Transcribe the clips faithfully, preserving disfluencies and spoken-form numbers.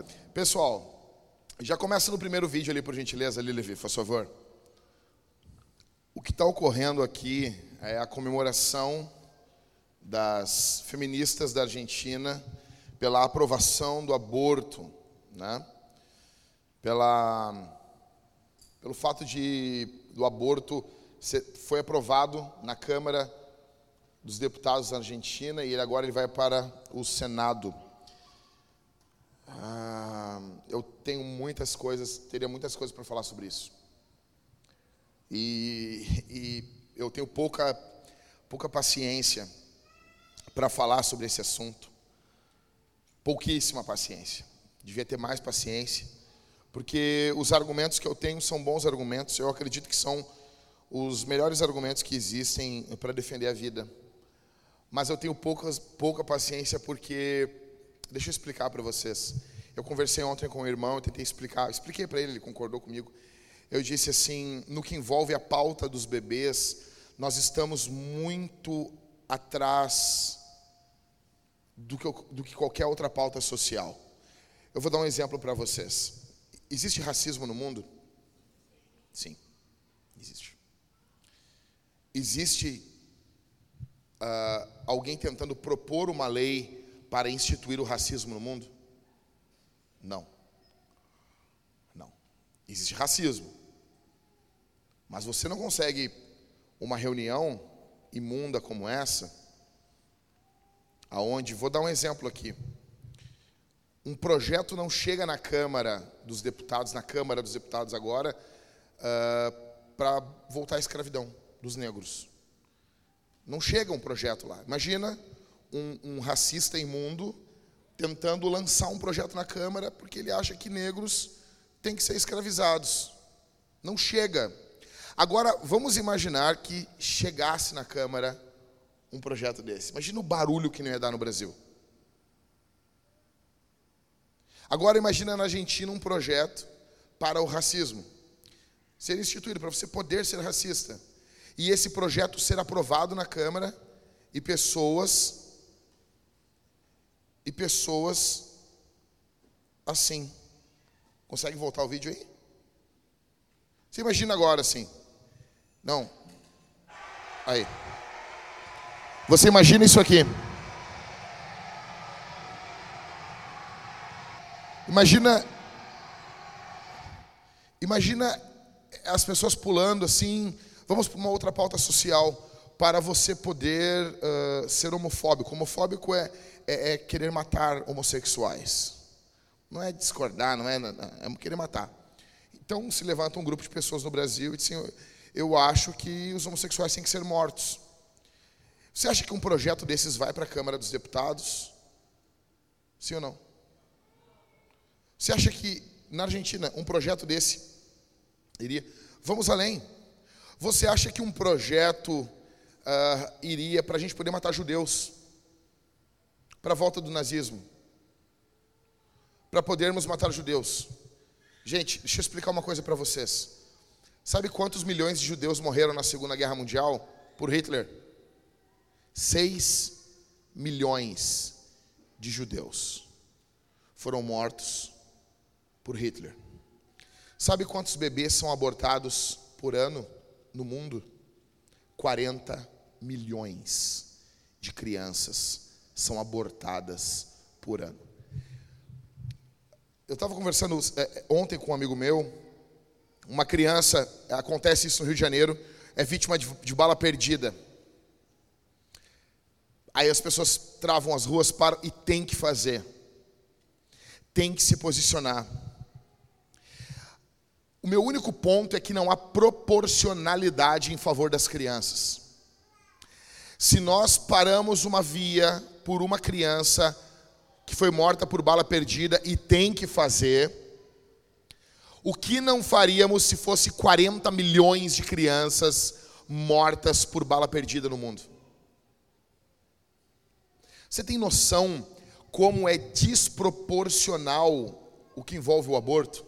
Beleza. Pessoal, já começa no primeiro vídeo ali, por gentileza, ali, Levi, por favor. O que está ocorrendo aqui é a comemoração das feministas da Argentina pela aprovação do aborto, né? Pela, pelo fato de do aborto ser, foi aprovado na Câmara dos Deputados da Argentina e ele agora ele vai para o Senado. Ah, eu tenho muitas coisas, teria muitas coisas para falar sobre isso. E, e eu tenho pouca, pouca paciência para falar sobre esse assunto. Pouquíssima paciência. Devia ter mais paciência, porque os argumentos que eu tenho são bons argumentos. Eu acredito que são os melhores argumentos que existem para defender a vida. Mas eu tenho poucas, pouca paciência porque... Deixa eu explicar para vocês. Eu conversei ontem com o irmão, eu tentei explicar, expliquei para ele, ele concordou comigo. Eu disse assim, no que envolve a pauta dos bebês, nós estamos muito atrás do que, do que qualquer outra pauta social. Eu vou dar um exemplo para vocês. Existe racismo no mundo? Sim, existe. Existe uh, alguém tentando propor uma lei para instituir o racismo no mundo? Não. Não. Existe racismo. Mas você não consegue uma reunião imunda como essa, aonde, vou dar um exemplo aqui. Um projeto não chega na Câmara dos Deputados, na Câmara dos Deputados agora, uh, para voltar à escravidão dos negros. Não chega um projeto lá. Imagina um, um racista imundo tentando lançar um projeto na Câmara porque ele acha que negros têm que ser escravizados. Não chega. Agora, vamos imaginar que chegasse na Câmara um projeto desse. Imagina o barulho que não ia dar no Brasil. Agora, imagina na Argentina um projeto para o racismo. Ser instituído, para você poder ser racista. E esse projeto ser aprovado na Câmara e pessoas, e pessoas assim. Consegue voltar o vídeo aí? Você imagina agora assim. Não. Aí. Você imagina isso aqui. Imagina. Imagina as pessoas pulando assim. Vamos para uma outra pauta social. Para você poder uh, ser homofóbico. Homofóbico é, é, é querer matar homossexuais. Não é discordar, não é, é querer matar. Então se levanta um grupo de pessoas no Brasil e diz assim, eu acho que os homossexuais têm que ser mortos. Você acha que um projeto desses vai para a Câmara dos Deputados? Sim ou não? Você acha que na Argentina um projeto desse iria? Vamos além. Você acha que um projeto uh, iria para a gente poder matar judeus? Para a volta do nazismo? Para podermos matar judeus? Gente, deixa eu explicar uma coisa para vocês. Sabe quantos milhões de judeus morreram na Segunda Guerra Mundial por Hitler? Seis milhões de judeus foram mortos por Hitler. Sabe quantos bebês são abortados por ano no mundo? quarenta milhões de crianças são abortadas por ano. Eu estava conversando é, ontem com um amigo meu. Uma criança, acontece isso no Rio de Janeiro, é vítima de, de bala perdida. Aí as pessoas travam as ruas, param e tem que fazer. Tem que se posicionar. O meu único ponto é que não há proporcionalidade em favor das crianças. Se nós paramos uma via por uma criança que foi morta por bala perdida e tem que fazer, o que não faríamos se fosse quarenta milhões de crianças mortas por bala perdida no mundo? Você tem noção como é desproporcional o que envolve o aborto?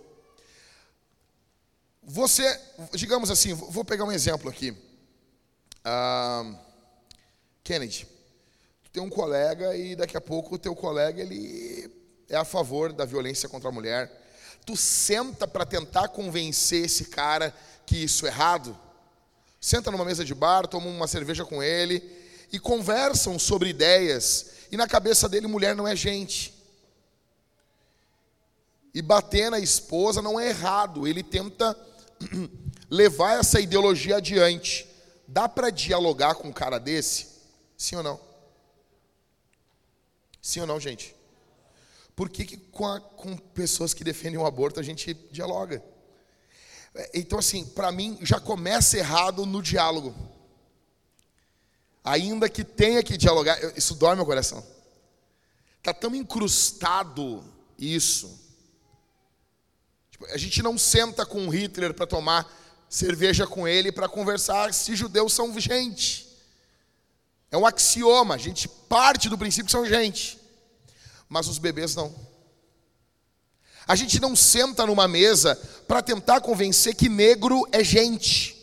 Você, digamos assim, vou pegar um exemplo aqui. Ah, Kennedy, tu tem um colega e daqui a pouco o teu colega, ele é a favor da violência contra a mulher. Tu senta para tentar convencer esse cara que isso é errado. Senta numa mesa de bar, toma uma cerveja com ele e conversam sobre ideias. E na cabeça dele, mulher não é gente. E bater na esposa não é errado. Ele tenta levar essa ideologia adiante. Dá para dialogar com um cara desse? Sim ou não? Sim ou não, gente? Por que, que com, a, com pessoas que defendem o aborto a gente dialoga? Então, assim, para mim, já começa errado no diálogo. Ainda que tenha que dialogar, isso dói meu coração. Está tão incrustado isso. Tipo, a gente não senta com Hitler para tomar cerveja com ele, para conversar se judeus são gente. É um axioma, a gente parte do princípio que são gente. Mas os bebês não. A gente não senta numa mesa para tentar convencer que negro é gente.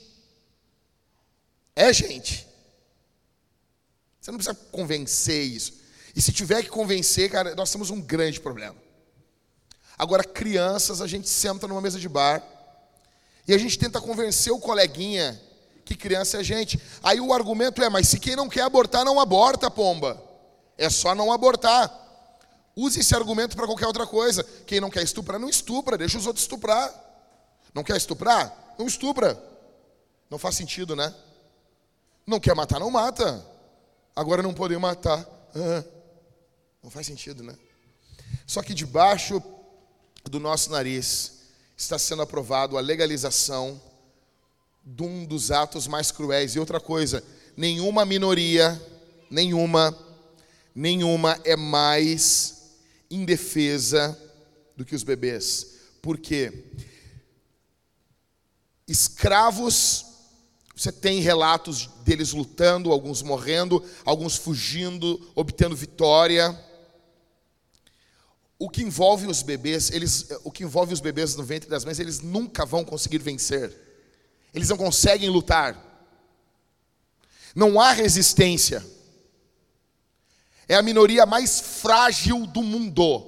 É gente. Você não precisa convencer isso. E se tiver que convencer, cara, nós temos um grande problema. Agora, crianças, a gente senta numa mesa de bar e a gente tenta convencer o coleguinha que criança é gente. Aí o argumento é, mas se quem não quer abortar, não aborta, pomba. É só não abortar. Use esse argumento para qualquer outra coisa. Quem não quer estuprar, não estupra, deixa os outros estuprar. Não quer estuprar? Não estupra. Não faz sentido, né? Não quer matar, não mata. Agora não poder matar. Ah, não faz sentido, né? Só que debaixo do nosso nariz está sendo aprovado a legalização de um dos atos mais cruéis. E outra coisa, nenhuma minoria, nenhuma, nenhuma é mais indefesa do que os bebês. Por quê? Escravos, você tem relatos deles lutando, alguns morrendo, alguns fugindo, obtendo vitória. O que envolve os bebês, eles, o que envolve os bebês no ventre das mães, eles nunca vão conseguir vencer. Eles não conseguem lutar. Não há resistência. É a minoria mais frágil do mundo.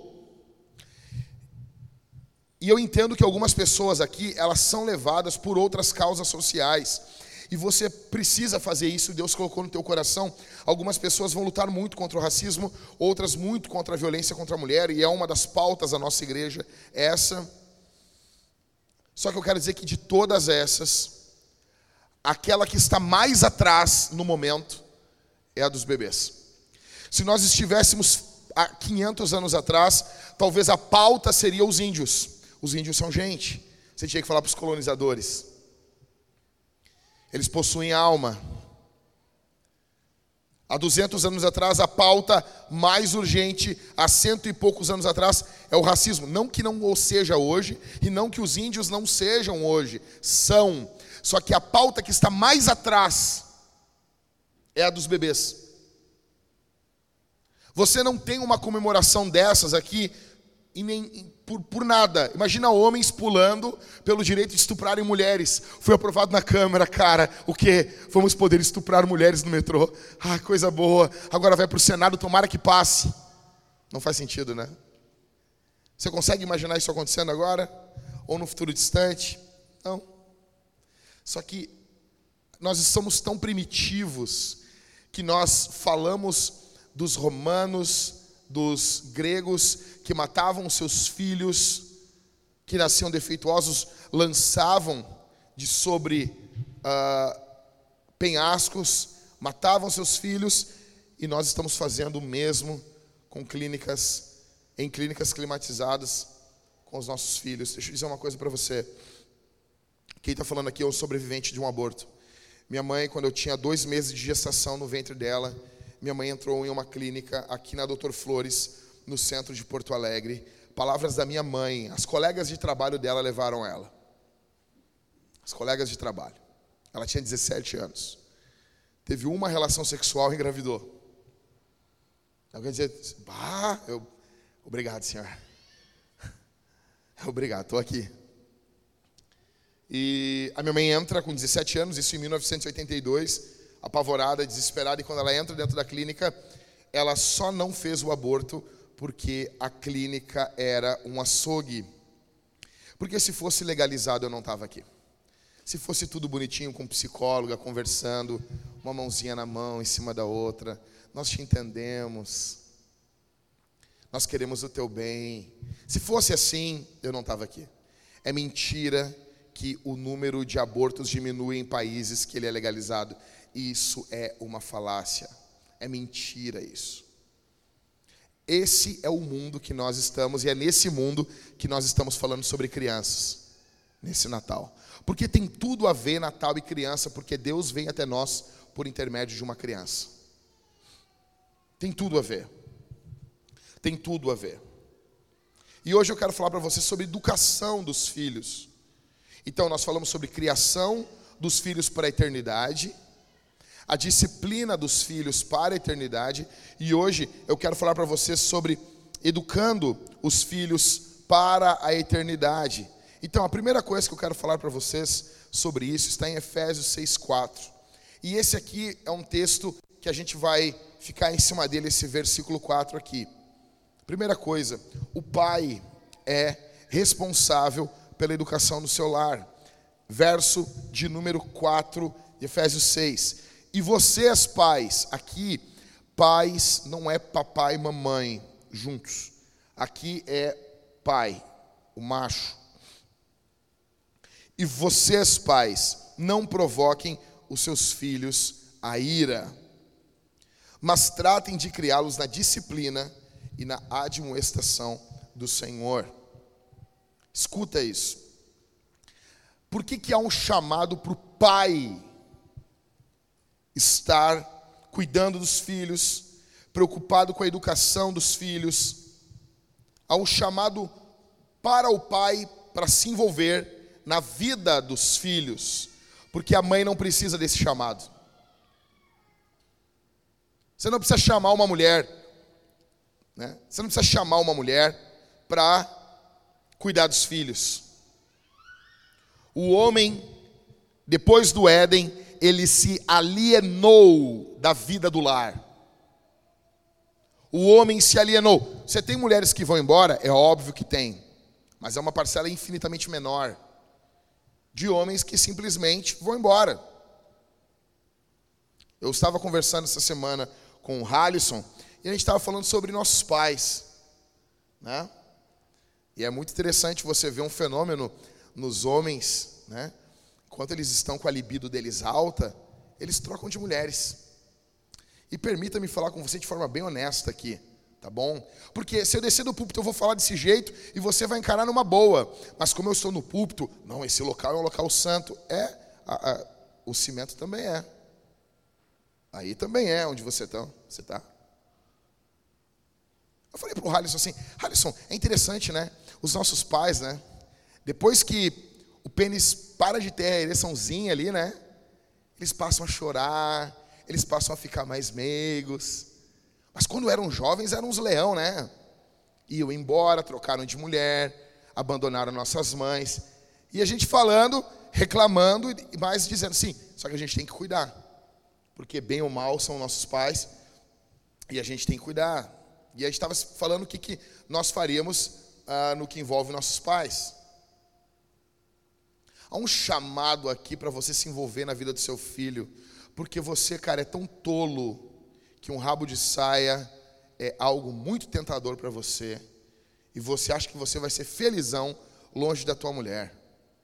E eu entendo que algumas pessoas aqui, elas são levadas por outras causas sociais. E você precisa fazer isso, Deus colocou no teu coração. Algumas pessoas vão lutar muito contra o racismo, outras muito contra a violência contra a mulher, e é uma das pautas da nossa igreja, essa. Só que eu quero dizer que de todas essas, aquela que está mais atrás no momento é a dos bebês. Se nós estivéssemos há quinhentos anos atrás, talvez a pauta seria os índios. Os índios são gente. Você tinha que falar para os colonizadores. Eles possuem alma. Há duzentos anos atrás, a pauta mais urgente, há cento e poucos anos atrás, é o racismo. Não que não o seja hoje, e não que os índios não sejam hoje. São. Só que a pauta que está mais atrás é a dos bebês. Você não tem uma comemoração dessas aqui e nem, por, por nada. Imagina homens pulando pelo direito de estuprarem mulheres. Foi aprovado na Câmara, cara. O quê? Vamos poder estuprar mulheres no metrô. Ah, coisa boa. Agora vai para o Senado, tomara que passe. Não faz sentido, né? Você consegue imaginar isso acontecendo agora? Ou no futuro distante? Não. Só que nós somos tão primitivos que nós falamos dos romanos, dos gregos, que matavam seus filhos, que nasciam defeituosos, lançavam de sobre uh, penhascos, matavam seus filhos, e nós estamos fazendo o mesmo com clínicas, em clínicas climatizadas com os nossos filhos. Deixa eu dizer uma coisa para você. Quem está falando aqui é um sobrevivente de um aborto. Minha mãe, quando eu tinha dois meses de gestação no ventre dela, minha mãe entrou em uma clínica aqui na doutor Flores, no centro de Porto Alegre. Palavras da minha mãe, as colegas de trabalho dela levaram ela. As colegas de trabalho. Ela tinha dezessete anos. Teve uma relação sexual e engravidou. Alguém dizer, bah, eu, obrigado, senhor. Obrigado, estou aqui. E a minha mãe entra com dezessete anos, isso em mil novecentos e oitenta e dois, apavorada, desesperada, e quando ela entra dentro da clínica, ela só não fez o aborto porque a clínica era um açougue. Porque se fosse legalizado eu não estava aqui. Se fosse tudo bonitinho, com psicóloga, conversando, uma mãozinha na mão, em cima da outra, nós te entendemos, nós queremos o teu bem. Se fosse assim, eu não estava aqui. É mentira que o número de abortos diminui em países que ele é legalizado. Isso é uma falácia. É mentira isso. Esse é o mundo que nós estamos, e é nesse mundo que nós estamos falando sobre crianças, nesse Natal. Porque tem tudo a ver Natal e criança, porque Deus vem até nós por intermédio de uma criança. Tem tudo a ver. Tem tudo a ver. E hoje eu quero falar para você sobre educação dos filhos. Então nós falamos sobre criação dos filhos para a eternidade, a disciplina dos filhos para a eternidade, e hoje eu quero falar para você sobre educando os filhos para a eternidade. Então a primeira coisa que eu quero falar para vocês sobre isso está em Efésios seis, quatro. E esse aqui é um texto que a gente vai ficar em cima dele, esse versículo quatro aqui. Primeira coisa, o pai é responsável pela educação do seu lar. Verso de número quatro de Efésios seis. E vocês, pais, aqui, pais não é papai e mamãe juntos. Aqui é pai, o macho. E vocês, pais, não provoquem os seus filhos a ira, mas tratem de criá-los na disciplina e na admoestação do Senhor. Escuta isso. Por que que há um chamado para o pai estar cuidando dos filhos, preocupado com a educação dos filhos? Há um chamado para o pai para se envolver na vida dos filhos, porque a mãe não precisa desse chamado. Você não precisa chamar uma mulher, né? Você não precisa chamar uma mulher para cuidar dos filhos. O homem, depois do Éden, ele se alienou da vida do lar. O homem se alienou. Você tem mulheres que vão embora? É óbvio que tem, mas é uma parcela infinitamente menor de homens que simplesmente vão embora. Eu estava conversando essa semana com o Halisson e a gente estava falando sobre nossos pais, né? E é muito interessante você ver um fenômeno nos homens, né? Enquanto eles estão com a libido deles alta, eles trocam de mulheres. E permita-me falar com você de forma bem honesta aqui, tá bom? Porque se eu descer do púlpito eu vou falar desse jeito e você vai encarar numa boa. Mas como eu estou no púlpito, não, esse local é um local santo. É, a, a, o cimento também é. Aí também é onde você está. Você tá. Eu falei para o Halisson assim, Halisson, é interessante, né? Os nossos pais, né? Depois que o pênis para de ter a ereçãozinha ali, né? Eles passam a chorar, eles passam a ficar mais meigos. Mas quando eram jovens, eram uns leão, né? Iam embora, trocaram de mulher, abandonaram nossas mães. E a gente falando, reclamando, mas dizendo sim, só que a gente tem que cuidar. Porque bem ou mal são nossos pais, e a gente tem que cuidar. E a gente estava falando o que, que nós faríamos ah, no que envolve nossos pais. Há um chamado aqui para você se envolver na vida do seu filho, porque você, cara, é tão tolo que um rabo de saia é algo muito tentador para você, e você acha que você vai ser felizão longe da tua mulher.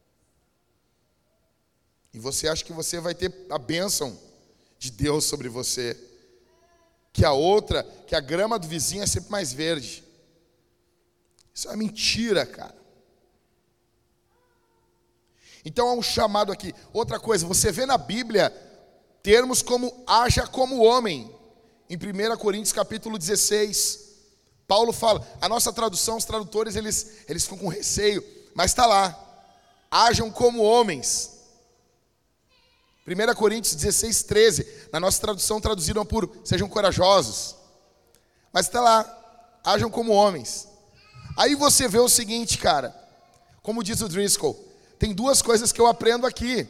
E você acha que você vai ter a bênção de Deus sobre você, que a outra, que a grama do vizinho é sempre mais verde. Isso é mentira, cara. Então há um chamado aqui. Outra coisa, você vê na Bíblia termos como haja como homem. Em primeira Coríntios capítulo dezesseis, Paulo fala, a nossa tradução, os tradutores, eles, eles ficam com receio, mas está lá, hajam como homens. primeira Coríntios dezesseis, treze, na nossa tradução traduziram por sejam corajosos, mas está lá, hajam como homens. Aí você vê o seguinte, cara, como diz o Driscoll, tem duas coisas que eu aprendo aqui.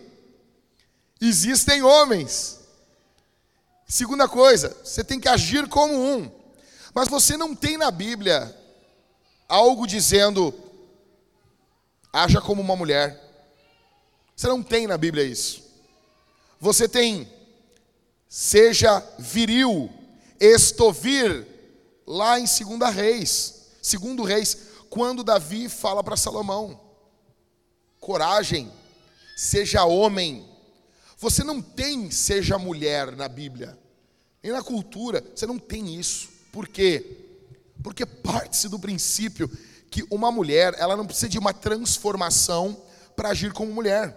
Existem homens. Segunda coisa, você tem que agir como um. Mas você não tem na Bíblia algo dizendo, haja como uma mulher. Você não tem na Bíblia isso. Você tem, seja viril, estovir, lá em Segunda Reis. Segundo Reis, quando Davi fala para Salomão, coragem, seja homem. Você não tem seja mulher na Bíblia, nem na cultura, você não tem isso. Por quê? Porque parte-se do princípio que uma mulher, ela não precisa de uma transformação para agir como mulher.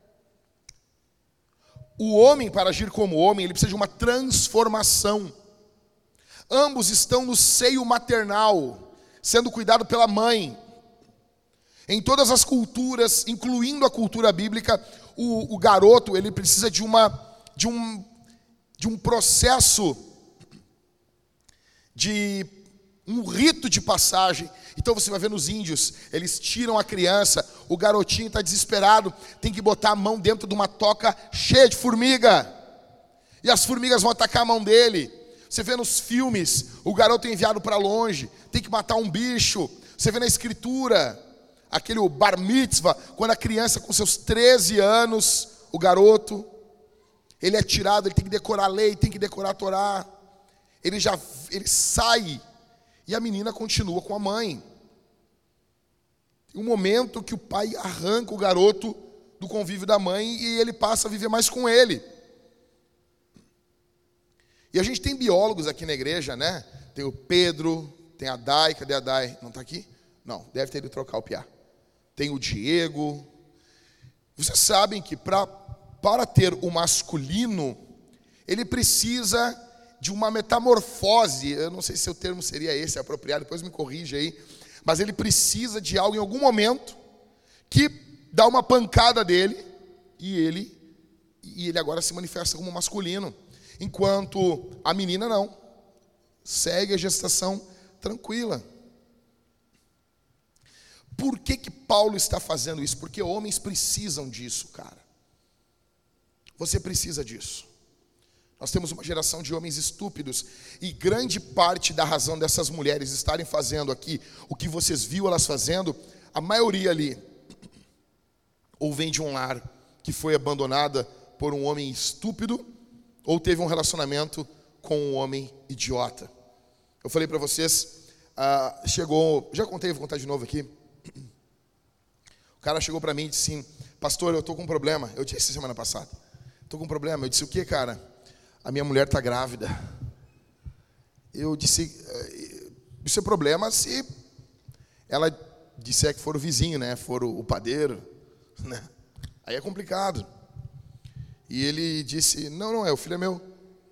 O homem, para agir como homem, ele precisa de uma transformação. Ambos estão no seio maternal, sendo cuidado pela mãe. Em todas as culturas, incluindo a cultura bíblica, o, o garoto, ele precisa de, uma, de, um, de um processo, de um rito de passagem. Então você vai ver nos índios, eles tiram a criança, o garotinho está desesperado, tem que botar a mão dentro de uma toca cheia de formiga, e as formigas vão atacar a mão dele. Você vê nos filmes, o garoto é enviado para longe, tem que matar um bicho. Você vê na escritura, aquele bar mitzvah, quando a criança com seus treze anos, o garoto, ele é tirado, ele tem que decorar a lei, tem que decorar a Torá. Ele já ele sai, e a menina continua com a mãe. Tem um momento que o pai arranca o garoto do convívio da mãe e ele passa a viver mais com ele. E a gente tem biólogos aqui na igreja, né? Tem o Pedro, tem a Dai, cadê a Dai? Não está aqui? Não, deve ter ido trocar o piá. Tem o Diego. Vocês sabem que pra, para ter o masculino, ele precisa de uma metamorfose. Eu não sei se o termo seria esse, apropriado, depois me corrige aí. Mas ele precisa de algo em algum momento que dá uma pancada dele e ele, e ele agora se manifesta como masculino. Enquanto a menina não, segue a gestação tranquila. Por que que Paulo está fazendo isso? Porque homens precisam disso, cara. Você precisa disso. Nós temos uma geração de homens estúpidos, e grande parte da razão dessas mulheres estarem fazendo aqui o que vocês viram elas fazendo, a maioria ali, ou vem de um lar que foi abandonada por um homem estúpido, ou teve um relacionamento com um homem idiota. Eu falei para vocês, ah, chegou, já contei, vou contar de novo aqui. O cara chegou para mim e disse assim, pastor, eu estou com um problema. Eu disse semana passada, estou com um problema. Eu disse, o que, cara? A minha mulher está grávida. Eu disse, isso é problema se ela disser que for o vizinho, né? For o padeiro, né? Aí é complicado. E ele disse, não, não é, o filho é meu.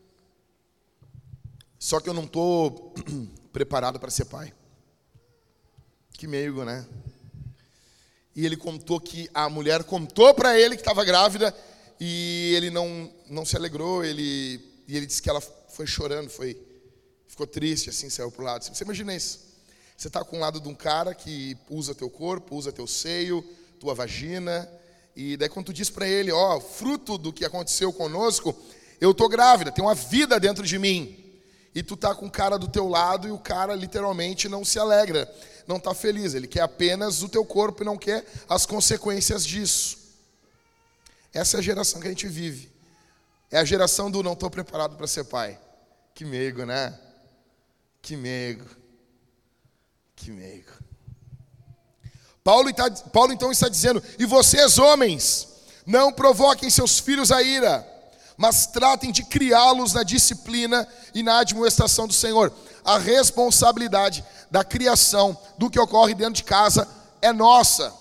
Só que eu não estou preparado para ser pai. Que meigo, né? E ele contou que a mulher contou para ele que estava grávida e ele não, não se alegrou. Ele, e ele disse que ela foi chorando, foi, ficou triste, assim, saiu para o lado. Você imagina isso? Você está com o lado de um cara que usa teu corpo, usa teu seio, tua vagina. E daí quando tu diz para ele, ó, oh, fruto do que aconteceu conosco, eu estou grávida, tem uma vida dentro de mim. E tu tá com o cara do teu lado e o cara literalmente não se alegra, não está feliz. Ele quer apenas o teu corpo e não quer as consequências disso. Essa é a geração que a gente vive. É a geração do não estou preparado para ser pai. Que meigo, né? Que meigo. Que meigo. Paulo, está, Paulo então está dizendo, e vocês homens, não provoquem seus filhos a ira, mas tratem de criá-los na disciplina e na admoestação do Senhor. A responsabilidade da criação, do que ocorre dentro de casa, é nossa.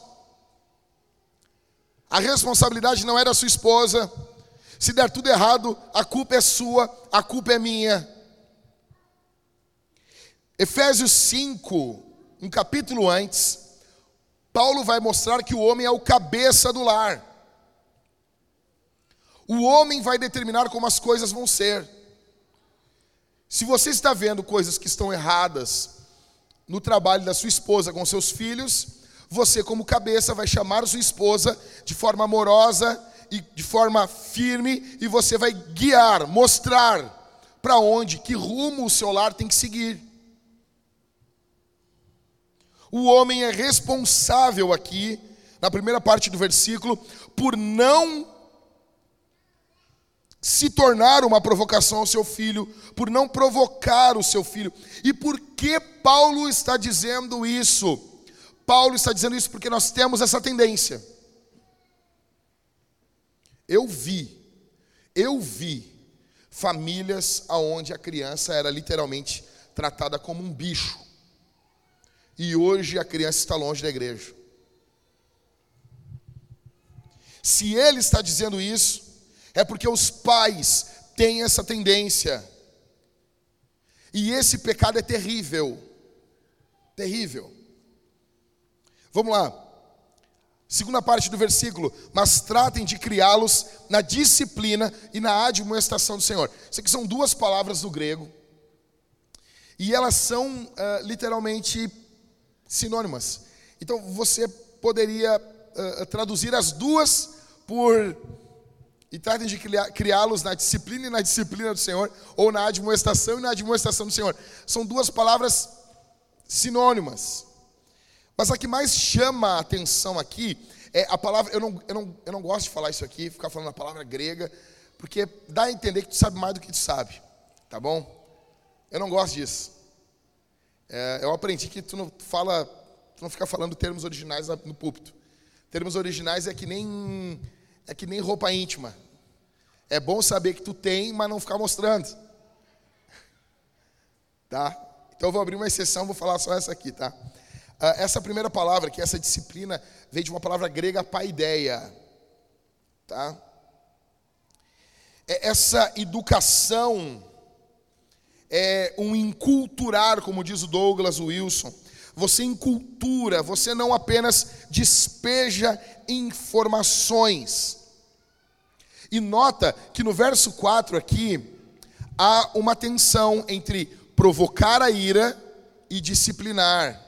A responsabilidade não é da sua esposa. Se der tudo errado, a culpa é sua, a culpa é minha. Efésios cinco, um capítulo antes, Paulo vai mostrar que o homem é o cabeça do lar. O homem vai determinar como as coisas vão ser. Se você está vendo coisas que estão erradas no trabalho da sua esposa com seus filhos, você como cabeça vai chamar sua esposa de forma amorosa e de forma firme, e você vai guiar, mostrar para onde, que rumo o seu lar tem que seguir. O homem é responsável aqui, na primeira parte do versículo, por não se tornar uma provocação ao seu filho, por não provocar o seu filho. E por que Paulo está dizendo isso? Paulo está dizendo isso porque nós temos essa tendência. Eu vi, eu vi famílias onde a criança era literalmente tratada como um bicho. E hoje a criança está longe da igreja. Se ele está dizendo isso, é porque os pais têm essa tendência. E esse pecado é terrível. Terrível. Vamos lá. Segunda parte do versículo. Mas tratem de criá-los na disciplina e na admoestação do Senhor. Isso aqui são duas palavras do grego. E elas são uh, literalmente sinônimas. Então você poderia uh, traduzir as duas por... E tratem de criá-los na disciplina e na disciplina do Senhor, ou na admoestação e na admoestação do Senhor. São duas palavras sinônimas. Mas a que mais chama a atenção aqui é a palavra... Eu não, eu não, eu não gosto de falar isso aqui, ficar falando a palavra grega, porque dá a entender que tu sabe mais do que tu sabe. Tá bom? Eu não gosto disso. É, eu aprendi que tu não fala... Tu não fica falando termos originais no púlpito. Termos originais é que nem... É que nem roupa íntima. É bom saber que tu tem, mas não ficar mostrando. Tá? Então eu vou abrir uma exceção, vou falar só essa aqui, tá? Uh, essa primeira palavra, que essa disciplina, vem de uma palavra grega paideia. Tá? Essa educação é um inculturar, como diz o Douglas Wilson. Você incultura, você não apenas despeja informações. E nota que no verso quatro aqui, há uma tensão entre provocar a ira e disciplinar.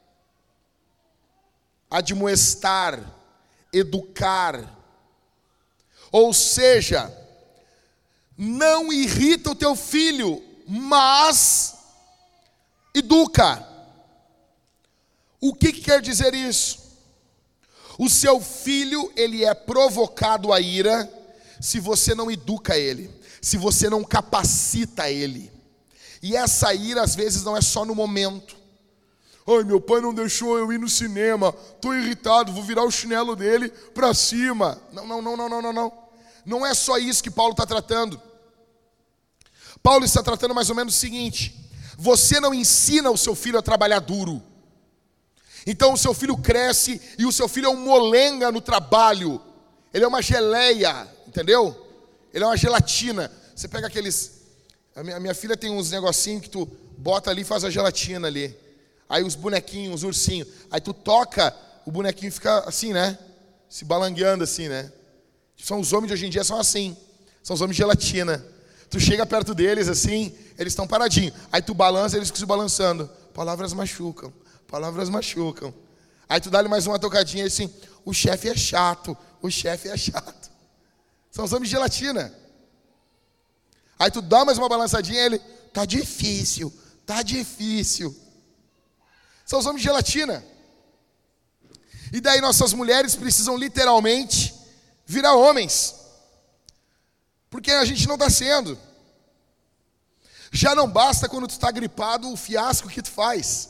Admoestar, educar. Ou seja, não irrita o teu filho, mas educa. O que, que quer dizer isso? O seu filho, ele é provocado à ira se você não educa ele, se você não capacita ele. E essa ira, às vezes, não é só no momento. Ai, meu pai não deixou eu ir no cinema, estou irritado, vou virar o chinelo dele para cima. Não, não, não, não, não, não, não. Não é só isso que Paulo está tratando. Paulo está tratando mais ou menos o seguinte: você não ensina o seu filho a trabalhar duro. Então o seu filho cresce e o seu filho é um molenga no trabalho. Ele é uma geleia, entendeu? Ele é uma gelatina. Você pega aqueles... A minha, a minha filha tem uns negocinhos que tu bota ali e faz a gelatina ali. Aí os bonequinhos, os ursinhos. Aí tu toca, o bonequinho fica assim, né? Se balangueando assim, né? São os homens de hoje em dia, são assim. São os homens de gelatina. Tu chega perto deles assim, eles estão paradinhos. Aí tu balança, eles ficam se balançando. Palavras machucam. Palavras machucam. Aí tu dá-lhe mais uma tocadinha assim, o chefe é chato, o chefe é chato. São os homens de gelatina. Aí tu dá mais uma balançadinha e ele, tá difícil, tá difícil. São os homens de gelatina. E daí nossas mulheres precisam literalmente virar homens. Porque a gente não está sendo. Já não basta quando tu está gripado o fiasco que tu faz.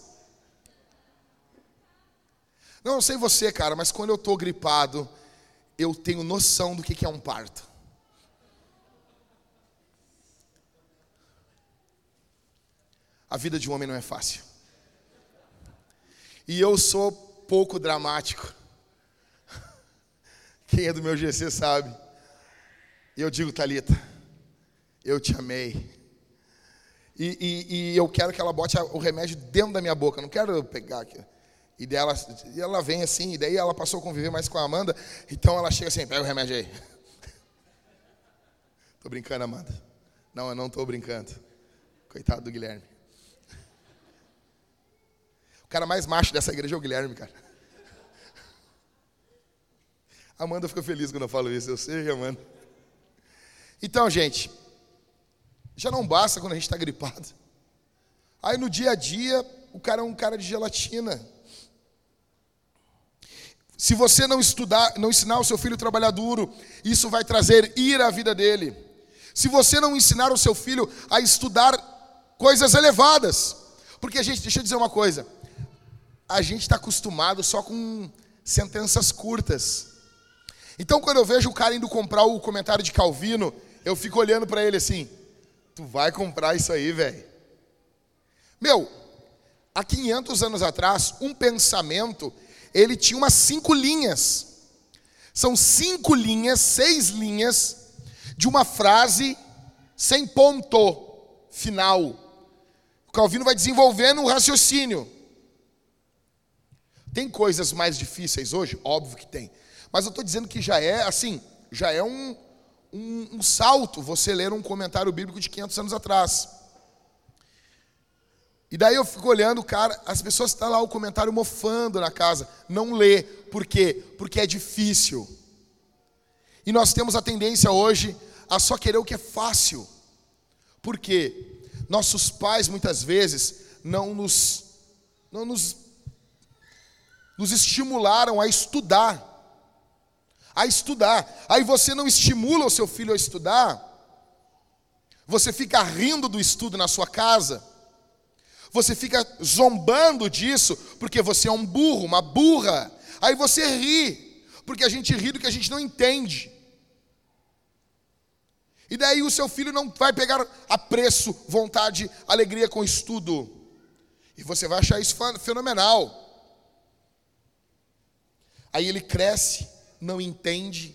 Não, não sei você, cara, mas quando eu estou gripado, eu tenho noção do que é um parto. A vida de um homem não é fácil. E eu sou pouco dramático. Quem é do meu G C sabe. E eu digo, Thalita, eu te amei. E, e, e eu quero que ela bote o remédio dentro da minha boca. Eu não quero pegar aqui. E daí ela, e ela vem assim, e daí ela passou a conviver mais com a Amanda. Então ela chega assim, pega o remédio aí. Tô brincando, Amanda. Não, eu não tô brincando. Coitado do Guilherme. O cara mais macho dessa igreja é o Guilherme, cara. A Amanda fica feliz quando eu falo isso, eu sei, Amanda. Então, gente, já não basta quando a gente está gripado. Aí no dia a dia, o cara é um cara de gelatina. Se você não estudar, não ensinar o seu filho a trabalhar duro, isso vai trazer ira à vida dele. Se você não ensinar o seu filho a estudar coisas elevadas, porque a gente, deixa eu dizer uma coisa, a gente está acostumado só com sentenças curtas. Então quando eu vejo o cara indo comprar o comentário de Calvino, eu fico olhando para ele assim, tu vai comprar isso aí, velho? Meu, há quinhentos anos atrás, um pensamento, ele tinha umas cinco linhas. São cinco linhas, seis linhas, de uma frase sem ponto final. O Calvino vai desenvolvendo um raciocínio. Tem coisas mais difíceis hoje? Óbvio que tem. Mas eu estou dizendo que já é, assim, já é um, um, um salto você ler um comentário bíblico de quinhentos anos atrás. E daí eu fico olhando, cara, as pessoas estão lá o comentário mofando na casa. Não lê. Por quê? Porque é difícil. E nós temos a tendência hoje a só querer o que é fácil. Por quê? Nossos pais, muitas vezes, não nos, não nos, nos estimularam a estudar. A estudar. Aí você não estimula o seu filho a estudar. Você fica rindo do estudo na sua casa. Você fica zombando disso porque você é um burro, uma burra. Aí você ri, porque a gente ri do que a gente não entende. E daí o seu filho não vai pegar apreço, vontade, alegria com o estudo. E você vai achar isso fenomenal. Aí ele cresce, não entende.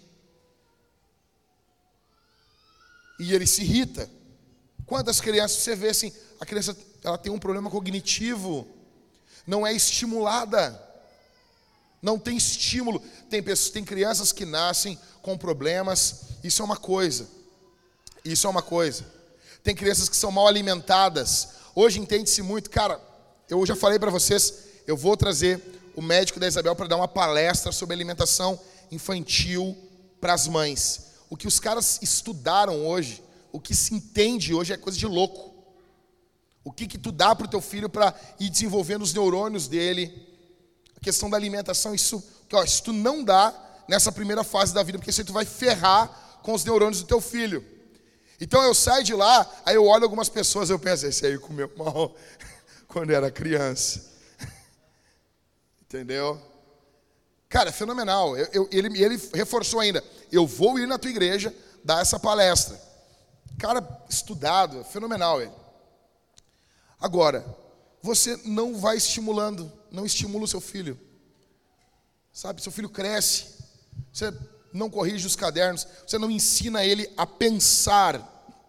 E ele se irrita. Quantas crianças você vê assim, a criança ela tem um problema cognitivo, não é estimulada, não tem estímulo. Tem pessoas, tem crianças que nascem com problemas, isso é uma coisa, isso é uma coisa. Tem crianças que são mal alimentadas, hoje entende-se muito, cara, eu já falei para vocês, eu vou trazer o médico da Isabel para dar uma palestra sobre alimentação infantil para as mães. O que os caras estudaram hoje, o que se entende hoje é coisa de louco. O que que tu dá para o teu filho para ir desenvolvendo os neurônios dele. A questão da alimentação, isso, ó, isso tu não dá nessa primeira fase da vida, porque isso aí tu vai ferrar com os neurônios do teu filho. Então eu saio de lá, aí eu olho algumas pessoas, eu penso, esse aí comeu mal quando era criança. Entendeu? Cara, é fenomenal. Eu, eu, ele, ele reforçou ainda, eu vou ir na tua igreja dar essa palestra. Cara, estudado, fenomenal ele. Agora, você não vai estimulando, não estimula o seu filho. Sabe, seu filho cresce, você não corrige os cadernos, você não ensina ele a pensar.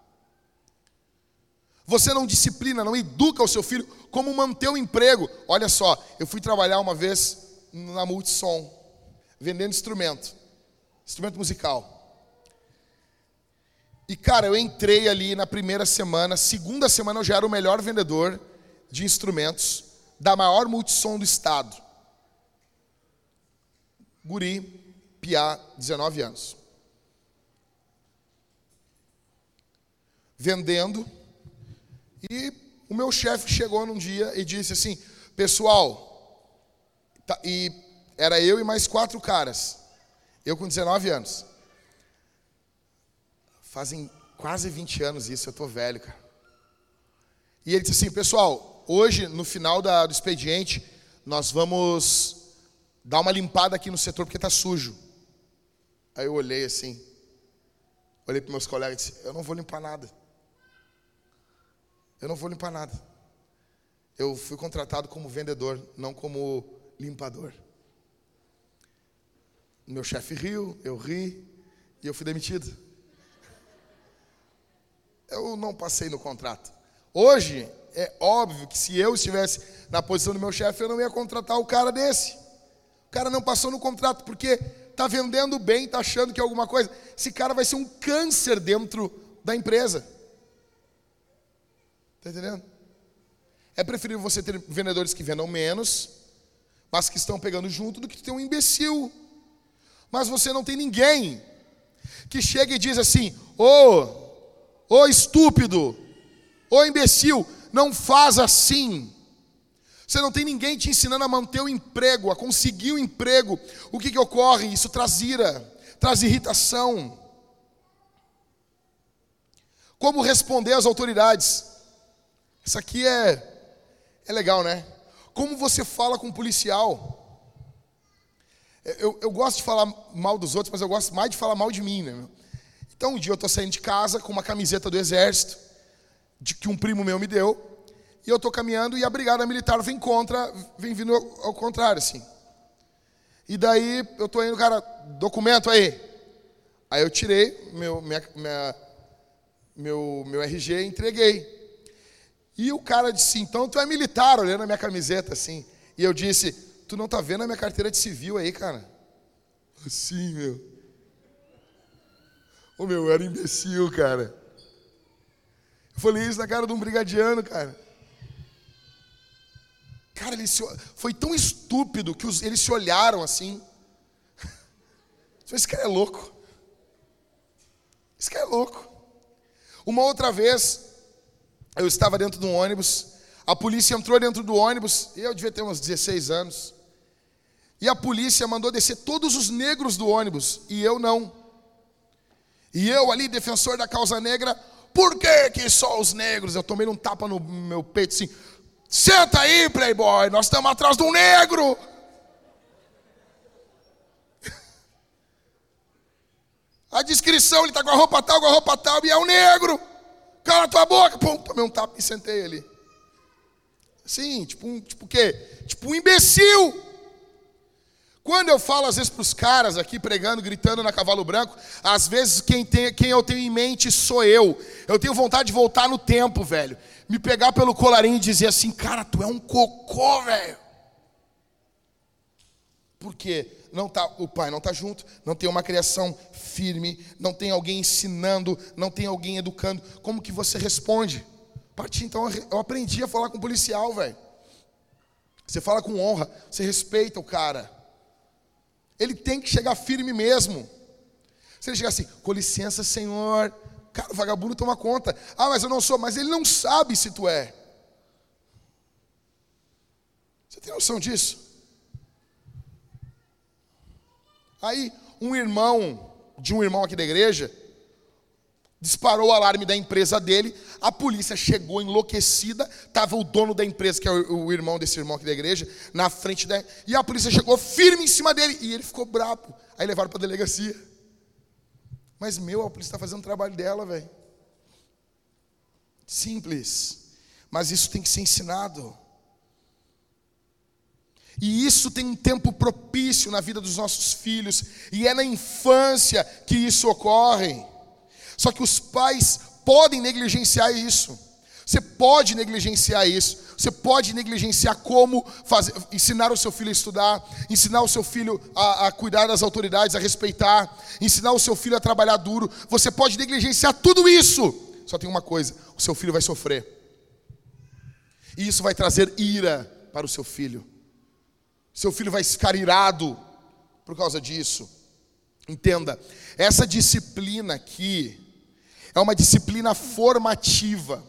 Você não disciplina, não educa o seu filho como manter o emprego. Olha só, eu fui trabalhar uma vez na Multissom, vendendo instrumento, instrumento musical. E cara, eu entrei ali na primeira semana, segunda semana eu já era o melhor vendedor de instrumentos da maior Multissom do estado. Guri, piá, dezenove anos. Vendendo. E o meu chefe chegou num dia e disse assim, pessoal, tá, e era eu e mais quatro caras, eu com dezenove anos. Fazem quase vinte anos isso, eu tô velho, cara. E ele disse assim, pessoal, hoje, no final da, do expediente, nós vamos dar uma limpada aqui no setor, porque tá sujo. Aí eu olhei assim, olhei para meus colegas e disse, eu não vou limpar nada. Eu não vou limpar nada. Eu fui contratado como vendedor, não como limpador. Meu chefe riu, eu ri, e eu fui demitido. Eu não passei no contrato. Hoje, é óbvio que se eu estivesse na posição do meu chefe, eu não ia contratar o cara desse. O cara não passou no contrato, porque está vendendo bem, está achando que é alguma coisa. Esse cara vai ser um câncer dentro da empresa. Está entendendo? É preferível você ter vendedores que vendam menos, mas que estão pegando junto, do que ter um imbecil. Mas você não tem ninguém que chega e diz assim, ô... Oh, Ô estúpido, ô imbecil, não faz assim. Você não tem ninguém te ensinando a manter o emprego, a conseguir o emprego. O que que ocorre? Isso traz ira, traz irritação. Como responder às autoridades? Isso aqui é, é legal, né? Como você fala com um policial? Eu, eu gosto de falar mal dos outros, mas eu gosto mais de falar mal de mim, né? Então um dia eu estou saindo de casa com uma camiseta do exército, de que um primo meu me deu, e eu estou caminhando e a brigada militar vem contra, vem vindo ao, ao contrário, assim. E daí eu estou indo, cara, documento aí. Aí eu tirei meu, minha, minha, meu, meu R G e entreguei. E o cara disse, então tu é militar, olhando a minha camiseta, assim. E eu disse, tu não tá vendo a minha carteira de civil aí, cara? Assim, meu. Ô, meu, eu era imbecil, cara. Eu falei isso na cara de um brigadiano, cara. Cara, ele se... foi tão estúpido que os... eles se olharam assim. Esse cara é louco. Esse cara é louco. Uma outra vez, eu estava dentro de um ônibus, a polícia entrou dentro do ônibus, e eu devia ter uns dezesseis anos, e a polícia mandou descer todos os negros do ônibus, e eu não. E eu ali, defensor da causa negra, por que que só os negros? Eu tomei um tapa no meu peito assim, senta aí, playboy, nós estamos atrás de um negro. A descrição, ele está com a roupa tal, com a roupa tal, e é um negro. Cala a tua boca. Pum, tomei um tapa e sentei ali. Sim, tipo um, tipo o quê? Tipo um imbecil. Quando eu falo às vezes para os caras aqui pregando, gritando na Cavalo Branco, às vezes quem, tem, quem eu tenho em mente sou eu. Eu tenho vontade de voltar no tempo, velho. Me pegar pelo colarinho e dizer assim, cara, tu é um cocô, velho. Por quê? Não tá, o pai não está junto, não tem uma criação firme, não tem alguém ensinando, não tem alguém educando. Como que você responde? Parti, então eu aprendi a falar com o policial, velho. Você fala com honra, você respeita o cara. Ele tem que chegar firme mesmo. Se ele chegar assim, com licença, senhor, cara, o vagabundo toma conta. Ah, mas eu não sou, mas ele não sabe se tu é. Você tem noção disso? Aí, um irmão, de um irmão aqui da igreja, disparou o alarme da empresa dele, a polícia chegou enlouquecida, estava o dono da empresa, que é o, o irmão desse irmão aqui da igreja, na frente da... E a polícia chegou firme em cima dele, e ele ficou brabo. Aí levaram para a delegacia. Mas, meu, a polícia está fazendo o trabalho dela, velho. Simples. Mas isso tem que ser ensinado. E isso tem um tempo propício na vida dos nossos filhos. E é na infância que isso ocorre. Só que os pais podem negligenciar isso. Você pode negligenciar isso. Você pode negligenciar como fazer, ensinar o seu filho a estudar, ensinar o seu filho a, a cuidar das autoridades, a respeitar, ensinar o seu filho a trabalhar duro. Você pode negligenciar tudo isso. Só tem uma coisa, o seu filho vai sofrer. E isso vai trazer ira para o seu filho. Seu filho vai ficar irado por causa disso. Entenda, essa disciplina aqui é uma disciplina formativa.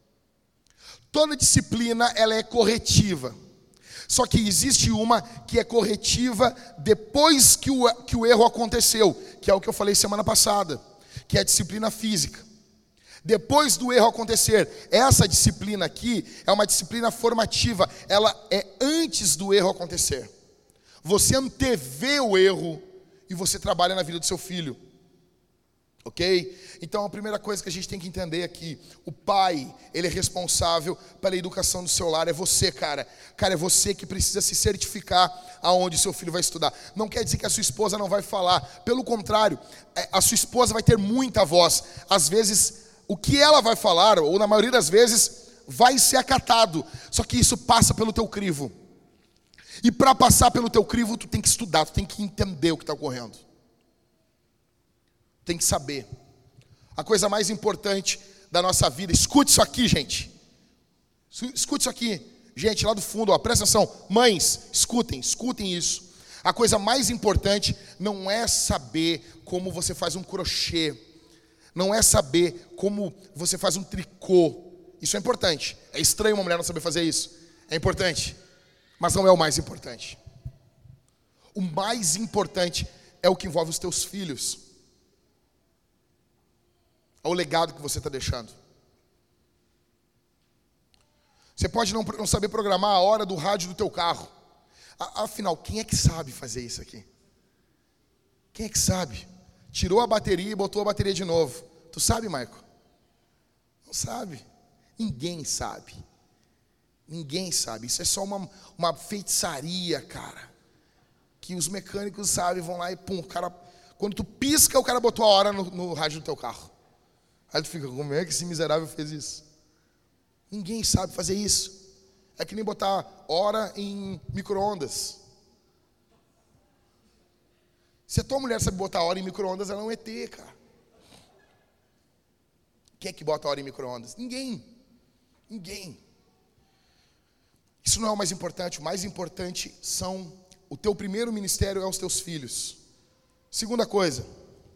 Toda disciplina, ela é corretiva. Só que existe uma que é corretiva depois que o, que o erro aconteceu, que é o que eu falei semana passada, que é a disciplina física. Depois do erro acontecer, essa disciplina aqui é uma disciplina formativa, ela é antes do erro acontecer. Você antevê o erro e você trabalha na vida do seu filho. Ok? Então a primeira coisa que a gente tem que entender aqui, o pai, ele é responsável pela educação do seu lar, é você, cara. Cara, é você que precisa se certificar aonde seu filho vai estudar. Não quer dizer que a sua esposa não vai falar, pelo contrário, a sua esposa vai ter muita voz. Às vezes, o que ela vai falar, ou na maioria das vezes, vai ser acatado. Só que isso passa pelo teu crivo. E para passar pelo teu crivo, tu tem que estudar, tu tem que entender o que está ocorrendo. Tem que saber. A coisa mais importante da nossa vida, escute isso aqui, gente. Escute isso aqui. Gente, lá do fundo, ó, presta atenção. Mães, escutem, escutem isso. A coisa mais importante não é saber como você faz um crochê. Não é saber como você faz um tricô. Isso é importante. É estranho uma mulher não saber fazer isso. É importante. Mas não é o mais importante. O mais importante é o que envolve os teus filhos. É o legado que você está deixando. Você pode não, não saber programar a hora do rádio do teu carro. Afinal, quem é que sabe fazer isso aqui? Quem é que sabe? Tirou a bateria e botou a bateria de novo. Tu sabe, Maico? Não sabe. Ninguém sabe. Ninguém sabe. Isso é só uma, uma feitiçaria, cara. Que os mecânicos sabem, vão lá e pum, o cara... Quando tu pisca, o cara botou a hora no, no rádio do teu carro. Aí tu fica, como é que esse miserável fez isso? Ninguém sabe fazer isso. É que nem botar hora em micro-ondas. Se a tua mulher sabe botar hora em micro-ondas, ela é um E T, cara. Quem é que bota hora em micro-ondas? Ninguém. Ninguém. Isso não é o mais importante. O mais importante são... O teu primeiro ministério é os teus filhos. Segunda coisa.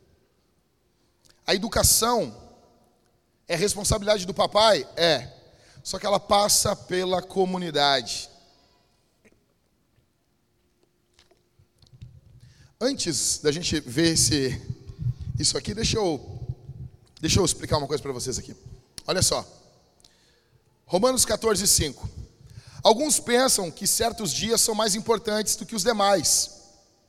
A educação é responsabilidade do papai? É. Só que ela passa pela comunidade. Antes da gente ver esse, isso aqui, deixa eu, deixa eu explicar uma coisa para vocês aqui. Olha só. Romanos catorze, cinco. Alguns pensam que certos dias são mais importantes do que os demais.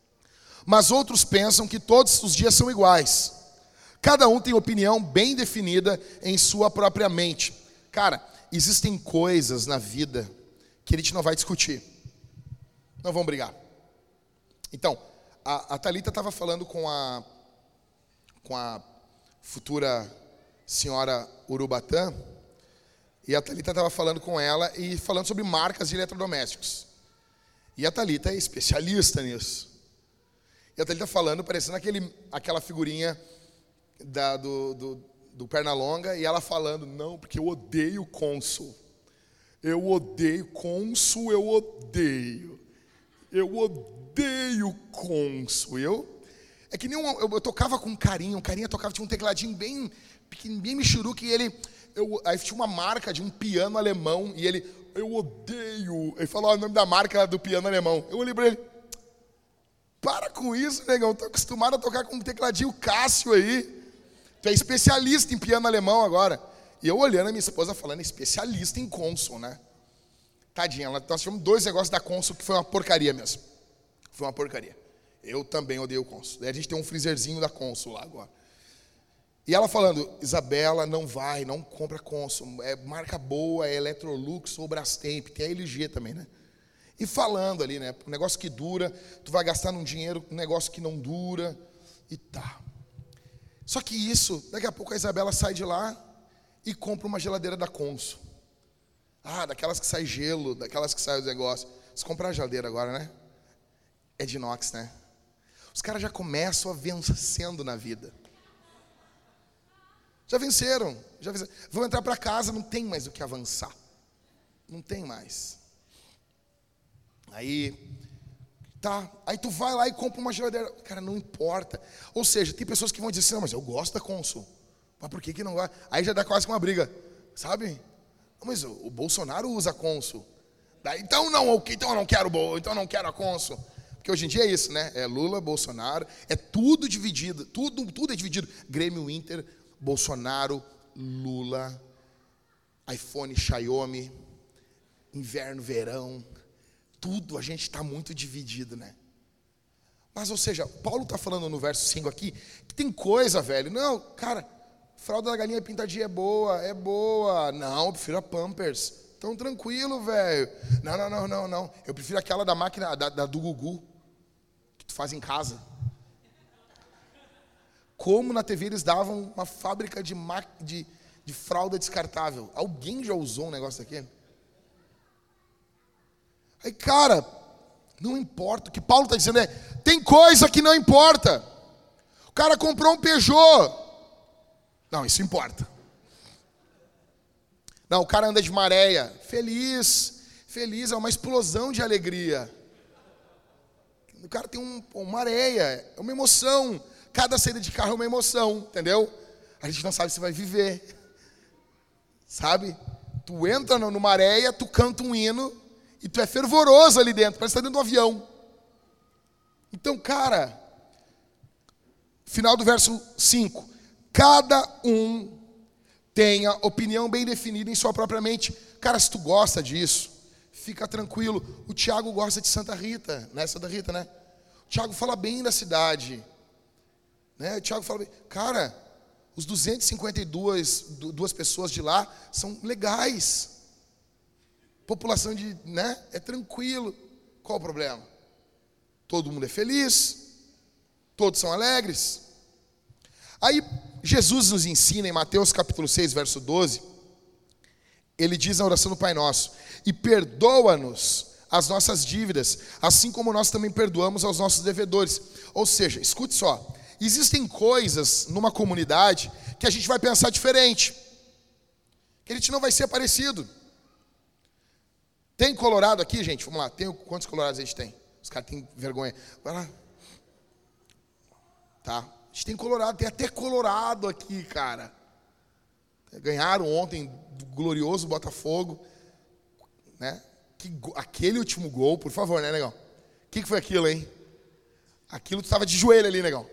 Mas outros pensam que todos os dias são iguais. Cada um tem opinião bem definida em sua própria mente. Cara, existem coisas na vida que a gente não vai discutir. Não vão brigar. Então, a, a Thalita estava falando com a, com a futura senhora Urubatã. E a Thalita estava falando com ela e falando sobre marcas de eletrodomésticos. E a Thalita é especialista nisso. E a Thalita falando, parecendo aquele, aquela figurinha da, do, do, do Pernalonga, e ela falando, não, porque eu odeio Consul. Eu odeio Consul, eu odeio. Eu odeio Consul. Eu, é que nem um, eu, eu tocava com carinho, um carinha tocava, tinha um tecladinho bem pequenininho, bem michuruca, e ele... Eu, aí tinha uma marca de um piano alemão, e ele, eu odeio, ele falou o nome da marca do piano alemão. Eu olhei para ele, para com isso, negão, tô acostumado a tocar com um tecladinho Cássio aí, tu é especialista em piano alemão agora. E eu olhando a minha esposa falando, especialista em Consul, né? Tadinha, nós tivemos dois negócios da Consul que foi uma porcaria mesmo, foi uma porcaria. Eu também odeio Consul, daí a gente tem um freezerzinho da Consul lá agora. E ela falando, Isabela, não vai, não compra Consul, é marca boa, é Electrolux ou Brastemp, tem a L G também, né? E falando ali, né, um negócio que dura, tu vai gastar num dinheiro, um negócio que não dura, e tá. Só que isso, daqui a pouco a Isabela sai de lá e compra uma geladeira da Consul. Ah, daquelas que sai gelo, daquelas que sai os negócios. Você comprar a geladeira agora, né? É de inox, né? Os caras já começam a vencendo na vida. Já venceram, já venceram. Vão entrar para casa, não tem mais o que avançar. Não tem mais. Aí, tá, aí tu vai lá e compra uma geladeira. Cara, não importa. Ou seja, tem pessoas que vão dizer assim, não, mas eu gosto da Consul. Mas por que que não gosta? Aí já dá quase uma briga, sabe? Mas o, o Bolsonaro usa a Consul. Daí, então não, okay, então eu não quero, então eu não quero a Consul. Porque hoje em dia é isso, né? É Lula, Bolsonaro, é tudo dividido, tudo, tudo é dividido. Grêmio, Inter, Bolsonaro, Lula, iPhone, Xiaomi, inverno, verão, tudo a gente está muito dividido, né? Mas, ou seja, Paulo está falando no verso cinco aqui, que tem coisa, velho, não, cara, fralda da galinha pintadinha é boa, é boa, não, eu prefiro a Pampers, tão tranquilo, velho, não, não, não, não, não, eu prefiro aquela da máquina, da, da do Gugu, que tu faz em casa. Como na T V eles davam uma fábrica de, de, de fralda descartável. Alguém já usou um negócio daquele? Aí, cara, não importa. O que Paulo está dizendo é, tem coisa que não importa. O cara comprou um Peugeot. Não, isso importa. Não, o cara anda de maréia. Feliz, feliz, é uma explosão de alegria. O cara tem um, uma areia, é uma emoção. Cada saída de carro é uma emoção, entendeu? A gente não sabe se vai viver. Sabe? Tu entra numa areia, tu canta um hino, E tu é fervoroso ali dentro, parece que tá dentro do avião. Então, cara, final do verso cinco. Cada um tenha opinião bem definida em sua própria mente. Cara, se tu gosta disso, fica tranquilo. O Tiago gosta de Santa Rita, né? Santa Rita, né? O Tiago fala bem da cidade. Né? O Tiago fala bem. Cara, os duzentas e cinquenta e duas duas pessoas de lá são legais. População de, né? É tranquilo. Qual o problema? Todo mundo é feliz. Todos são alegres. Aí Jesus nos ensina em Mateus capítulo seis, verso doze. Ele diz na oração do Pai Nosso: e perdoa-nos as nossas dívidas, assim como nós também perdoamos aos nossos devedores. Ou seja, escute só, existem coisas numa comunidade que a gente vai pensar diferente, que a gente não vai ser parecido. Tem colorado aqui, gente? Vamos lá, tem, quantos colorados a gente tem? Os caras têm vergonha. Vai lá. Tá, a gente tem colorado, tem até colorado aqui, cara. Ganharam ontem do glorioso Botafogo, né? Que, aquele último gol, por favor, né, negão? O que, que foi aquilo, hein? Aquilo tu estava de joelho ali, negão.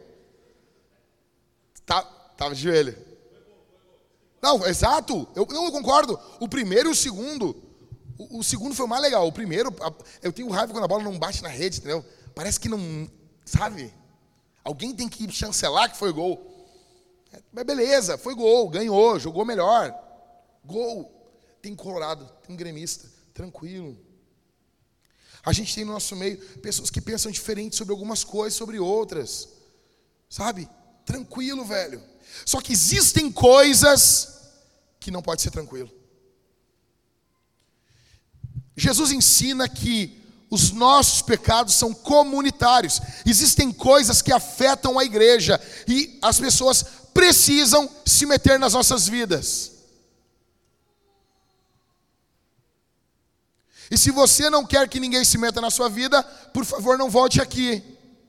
Tá, tava de joelho. Não, exato. Eu, eu concordo. O primeiro e o segundo. O, o segundo foi o mais legal. O primeiro, eu tenho raiva quando a bola não bate na rede, entendeu? Parece que não, sabe? Alguém tem que chancelar que foi gol. Mas beleza, foi gol, ganhou, jogou melhor. Gol. Tem colorado, tem gremista, tranquilo. A gente tem no nosso meio pessoas que pensam diferente sobre algumas coisas, sobre outras. Sabe? Tranquilo, velho. Só que existem coisas que não pode ser tranquilo. Jesus ensina que os nossos pecados são comunitários. Existem coisas que afetam a igreja e as pessoas precisam se meter nas nossas vidas. E se você não quer que ninguém se meta na sua vida, por favor, não volte aqui.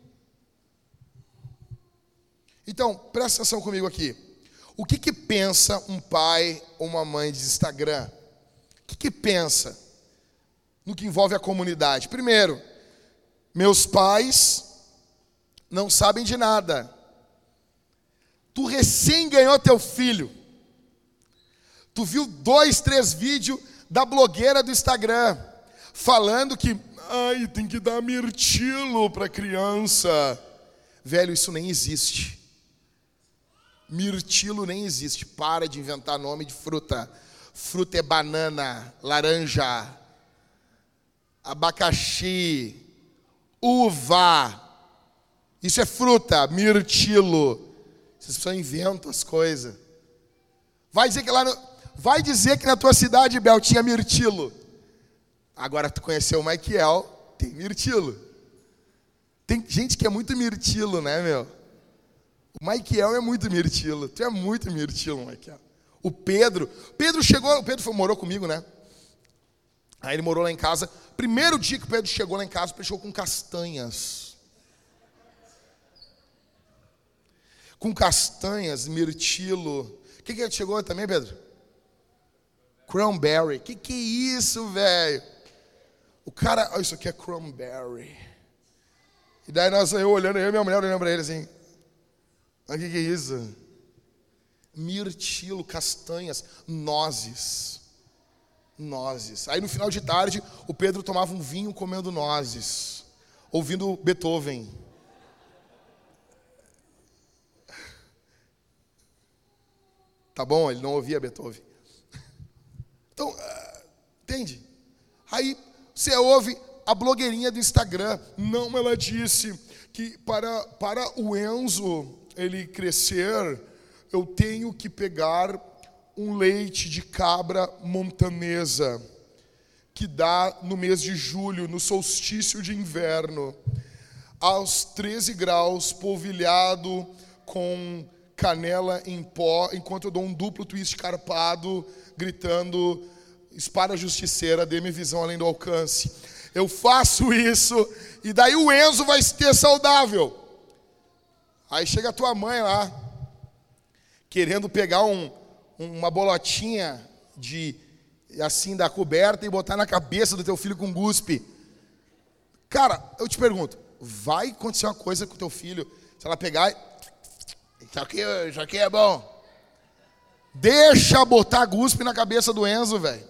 Então, presta atenção comigo aqui. O que que pensa um pai ou uma mãe de Instagram? O que que pensa no que envolve a comunidade? Primeiro, meus pais não sabem de nada. Tu recém ganhou teu filho. Tu viu dois, três vídeos da blogueira do Instagram falando que ai, tem que dar mirtilo para criança. Velho, isso nem existe. Mirtilo nem existe. Para de inventar nome de fruta. Fruta é banana, laranja, abacaxi, uva. Isso é fruta, mirtilo. Vocês só inventam as coisas. Vai dizer que lá no, vai dizer que na tua cidade, Bel, tinha mirtilo. Agora tu conheceu o Michael, tem mirtilo. Tem gente que é muito mirtilo, né, meu? O Michael é muito mirtilo. Tu é muito mirtilo, Michael. O Pedro, Pedro chegou, o Pedro foi, morou comigo, né? Aí ele morou lá em casa. Primeiro dia que o Pedro chegou lá em casa, ele chegou com castanhas. Com castanhas, mirtilo. O que que ele chegou também, Pedro? Cranberry. O que que é isso, velho? O cara, oh, isso aqui é cranberry. E daí nós, eu olhando, eu e minha mulher olhando pra ele assim. O que que é isso? Mirtilo, castanhas, nozes. Nozes. Aí no final de tarde, o Pedro tomava um vinho comendo nozes, ouvindo Beethoven. Tá bom? Ele não ouvia Beethoven. Então, uh, entende? Aí você ouve a blogueirinha do Instagram. Não, ela disse que para, para o Enzo ele crescer, eu tenho que pegar um leite de cabra montanesa, que dá no mês de julho, no solstício de inverno, aos treze graus, polvilhado com canela em pó, enquanto eu dou um duplo twist carpado, gritando, espada justiceira, dê-me visão além do alcance. Eu faço isso, e daí o Enzo vai se ter saudável. Aí chega a tua mãe lá, querendo pegar um, uma bolotinha de assim da coberta e botar na cabeça do teu filho com guspe. Cara, eu te pergunto, vai acontecer uma coisa com o teu filho, se ela pegar e... Isso aqui, isso aqui é bom. Deixa botar guspe na cabeça do Enzo, velho.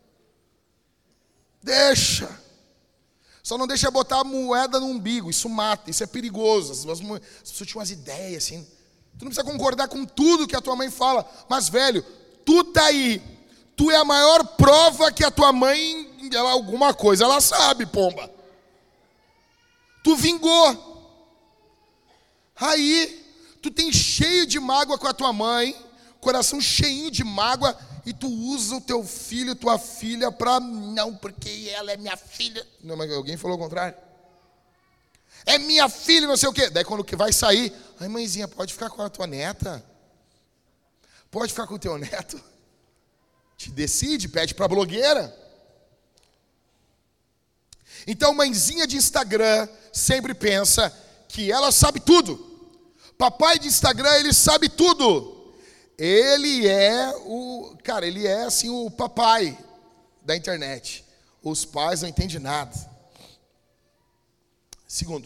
Deixa. Só não deixa botar moeda no umbigo, isso mata, isso é perigoso. As pessoas tinham umas ideias assim. Tu não precisa concordar com tudo que a tua mãe fala, mas, velho, tu tá aí. Tu é a maior prova que a tua mãe, ela, alguma coisa, ela sabe, pomba. Tu vingou. Aí, tu tem cheio de mágoa com a tua mãe, coração cheinho de mágoa, e tu usa o teu filho, tua filha, pra... Não, porque ela é minha filha. Não, mas alguém falou o contrário. É minha filha, não sei o quê. Daí quando que vai sair, ai, mãezinha, pode ficar com a tua neta? Pode ficar com o teu neto? Te decide, pede pra blogueira. Então, mãezinha de Instagram sempre pensa que ela sabe tudo. Papai de Instagram, ele sabe tudo. Ele é o... Cara, ele é assim o papai da internet. Os pais não entendem nada. Segundo,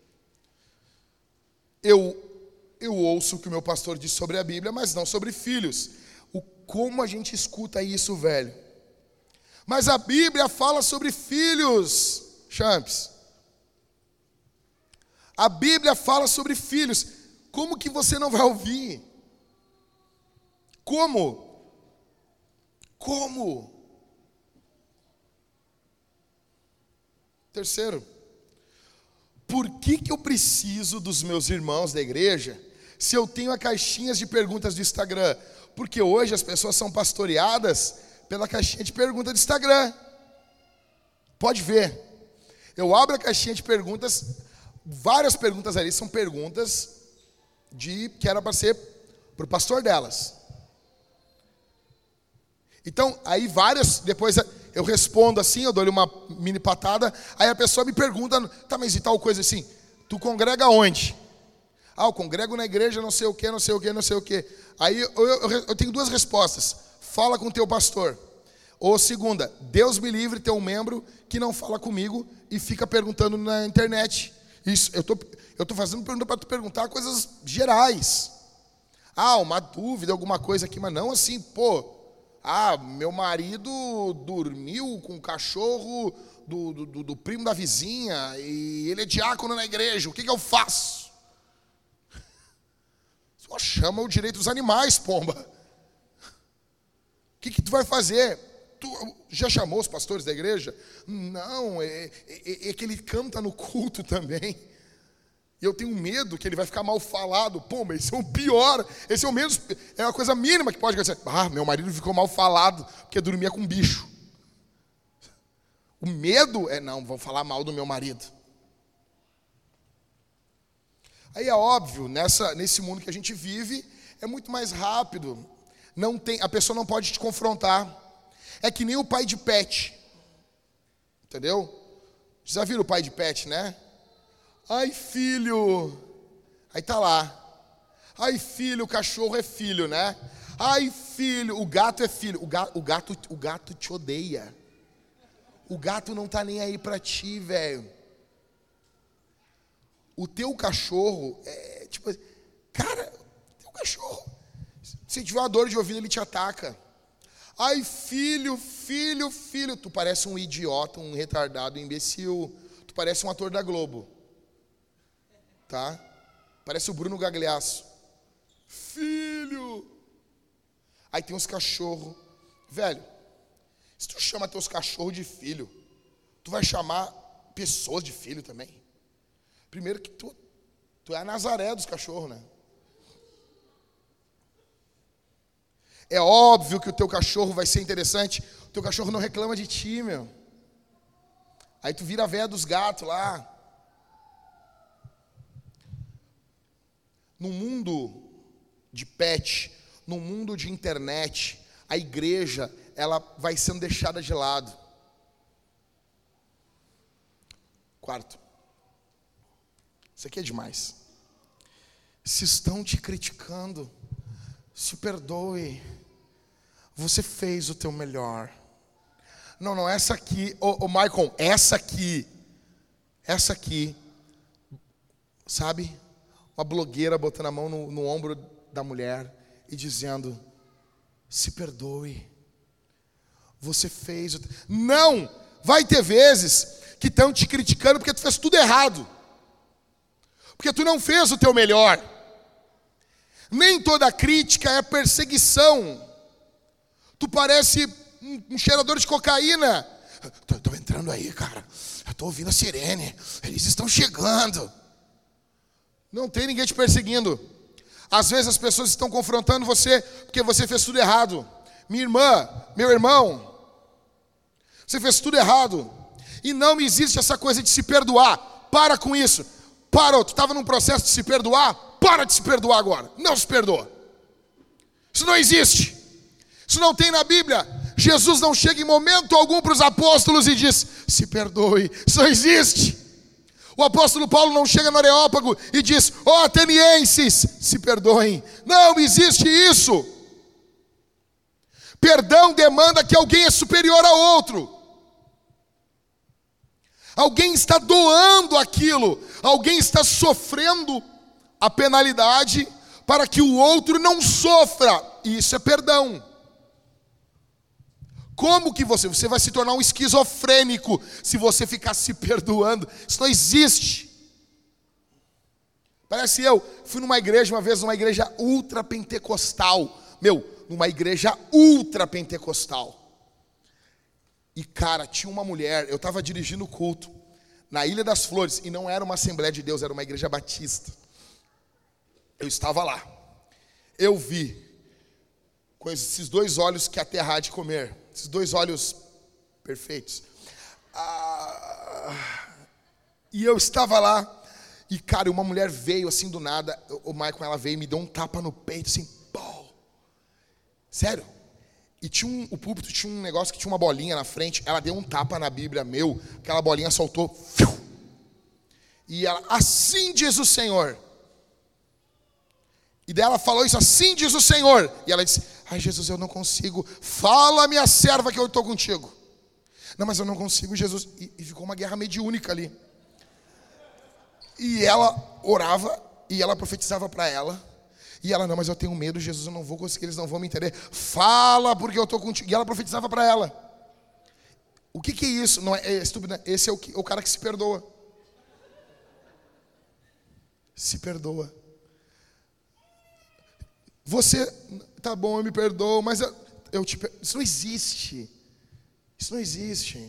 eu, eu ouço o que o meu pastor diz sobre a Bíblia, mas não sobre filhos. O, como a gente escuta isso, velho? Mas a Bíblia fala sobre filhos, Champs. A Bíblia fala sobre filhos. Como que você não vai ouvir? Como? Como? Terceiro, por que que eu preciso dos meus irmãos da igreja se eu tenho a caixinhas de perguntas do Instagram? Porque hoje as pessoas são pastoreadas pela caixinha de perguntas do Instagram. Pode ver. Eu abro a caixinha de perguntas, várias perguntas ali são perguntas de que era para ser para o pastor delas. Então, aí várias, depois eu respondo assim, eu dou-lhe uma mini patada, aí a pessoa me pergunta, tá, mas e tal coisa assim, tu congrega onde? Ah, eu congrego na igreja não sei o que, não sei o que, não sei o que. Aí eu, eu, eu tenho duas respostas, fala com o teu pastor. Ou segunda, Deus me livre ter um membro que não fala comigo e fica perguntando na internet. Isso, eu tô, eu tô fazendo pergunta para tu perguntar coisas gerais. Ah, uma dúvida, alguma coisa aqui, mas não assim, pô... Ah, meu marido dormiu com o cachorro do, do, do primo da vizinha e ele é diácono na igreja, o que que eu faço? Só chama o direito dos animais, pomba. O que que tu vai fazer? Tu já chamou os pastores da igreja? Não, é, é, é que ele canta no culto também. E eu tenho medo que ele vai ficar mal falado. Pô, mas esse é o pior. Esse é o menos. É a coisa mínima que pode acontecer. Ah, meu marido ficou mal falado porque dormia com bicho. O medo é, não, vão falar mal do meu marido. Aí é óbvio, nessa, nesse mundo que a gente vive, é muito mais rápido. Não tem, a pessoa não pode te confrontar. É que nem o pai de pet. Entendeu? Vocês já viram o pai de pet, né? Ai, filho. Aí tá lá. Ai, filho, o cachorro é filho, né? Ai, filho, o gato é filho. O gato, o gato, o gato te odeia. O gato não tá nem aí pra ti, velho. O teu cachorro é tipo, cara, teu cachorro, se tiver uma dor de ouvido, ele te ataca. Ai, filho, filho, filho, tu parece um idiota, um retardado, um imbecil. Tu parece um ator da Globo. Tá? Parece o Bruno Gagliasso. Filho. Aí tem uns cachorros. Velho, se tu chama teus cachorros de filho, tu vai chamar pessoas de filho também. Primeiro que tu, tu é a Nazaré dos cachorros, né? É óbvio que o teu cachorro vai ser interessante. O teu cachorro não reclama de ti, meu. Aí tu vira a véia dos gatos lá. No mundo de pet, no mundo de internet, a igreja, ela vai sendo deixada de lado. Quarto. Isso aqui é demais. Se estão te criticando, se perdoe. Você fez o teu melhor. Não, não, essa aqui, ô, ô Michael, essa aqui, essa aqui, sabe? Uma blogueira botando a mão no, no ombro da mulher e dizendo, se perdoe, você fez... Não, vai ter vezes que estão te criticando porque tu fez tudo errado, porque tu não fez o teu melhor. Nem toda crítica é perseguição. Tu parece um, um cheirador de cocaína. Tô, tô entrando aí, cara. Eu tô ouvindo a sirene. Eles estão chegando. Não tem ninguém te perseguindo. Às vezes as pessoas estão confrontando você porque você fez tudo errado. Minha irmã, meu irmão, você fez tudo errado. E não existe essa coisa de se perdoar. Para com isso. Parou, tu estava num processo de se perdoar? Para de se perdoar agora. Não se perdoa. Isso não existe. Isso não tem na Bíblia. Jesus não chega em momento algum para os apóstolos e diz, se perdoe. Isso não existe. O apóstolo Paulo não chega no Areópago e diz, ó oh, atenienses, se perdoem. Não existe isso. Perdão demanda que alguém é superior a outro. Alguém está doando aquilo. Alguém está sofrendo a penalidade para que o outro não sofra. E isso é perdão. Como que você, você vai se tornar um esquizofrênico se você ficar se perdoando? Isso não existe. Parece eu, fui numa igreja uma vez, numa igreja ultra pentecostal. Meu, numa igreja ultra pentecostal. E cara, tinha uma mulher, eu estava dirigindo o culto na Ilha das Flores, e não era uma Assembleia de Deus, era uma igreja batista. Eu estava lá. Eu vi, com esses dois olhos que a terra há de comer, esses dois olhos perfeitos. Ah, e eu estava lá, e cara, uma mulher veio assim do nada, o Michael, ela veio e me deu um tapa no peito, assim, pô. Sério. E tinha um, o púlpito tinha um negócio que tinha uma bolinha na frente, ela deu um tapa na Bíblia, meu, aquela bolinha soltou, fiu, e ela, assim diz o Senhor. E daí ela falou isso, assim diz o Senhor. E ela disse, ai Jesus, eu não consigo. Fala, minha serva, que eu estou contigo. Não, mas eu não consigo, Jesus. E, e ficou uma guerra mediúnica ali. E ela orava, e ela profetizava para ela. E ela, não, mas eu tenho medo, Jesus, eu não vou conseguir, eles não vão me entender. Fala, porque eu estou contigo. E ela profetizava para ela. O que, que é isso? Não é, é estúpido, né? Esse é o, que, o cara que se perdoa. Se perdoa. Você, tá bom, eu me perdoo, mas eu, eu te perdoo. Isso não existe. Isso não existe.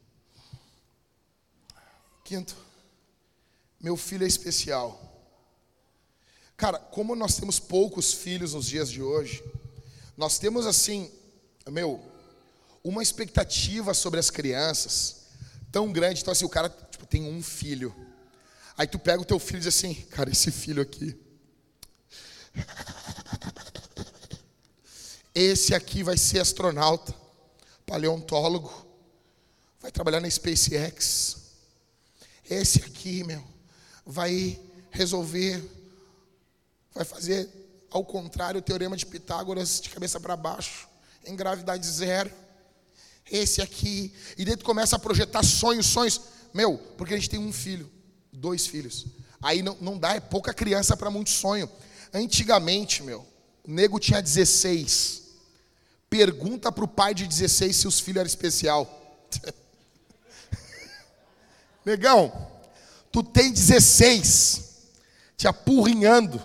Quinto, meu filho é especial. Cara, como nós temos poucos filhos nos dias de hoje, nós temos assim, meu, uma expectativa sobre as crianças tão grande. Então assim, o cara tipo, tem um filho. Aí tu pega o teu filho e diz assim, cara, esse filho aqui, esse aqui vai ser astronauta, paleontólogo, vai trabalhar na SpaceX. Esse aqui, meu, vai resolver, vai fazer ao contrário o teorema de Pitágoras de cabeça para baixo, em gravidade zero. Esse aqui, e daí tu começa a projetar sonhos, sonhos, meu, porque a gente tem um filho, dois filhos. Aí não, não dá, é pouca criança para muito sonho. Antigamente, meu, o nego tinha dezesseis. Pergunta para o pai de dezesseis se os filhos eram especial. Negão, tu tem dezesseis, te apurrinhando.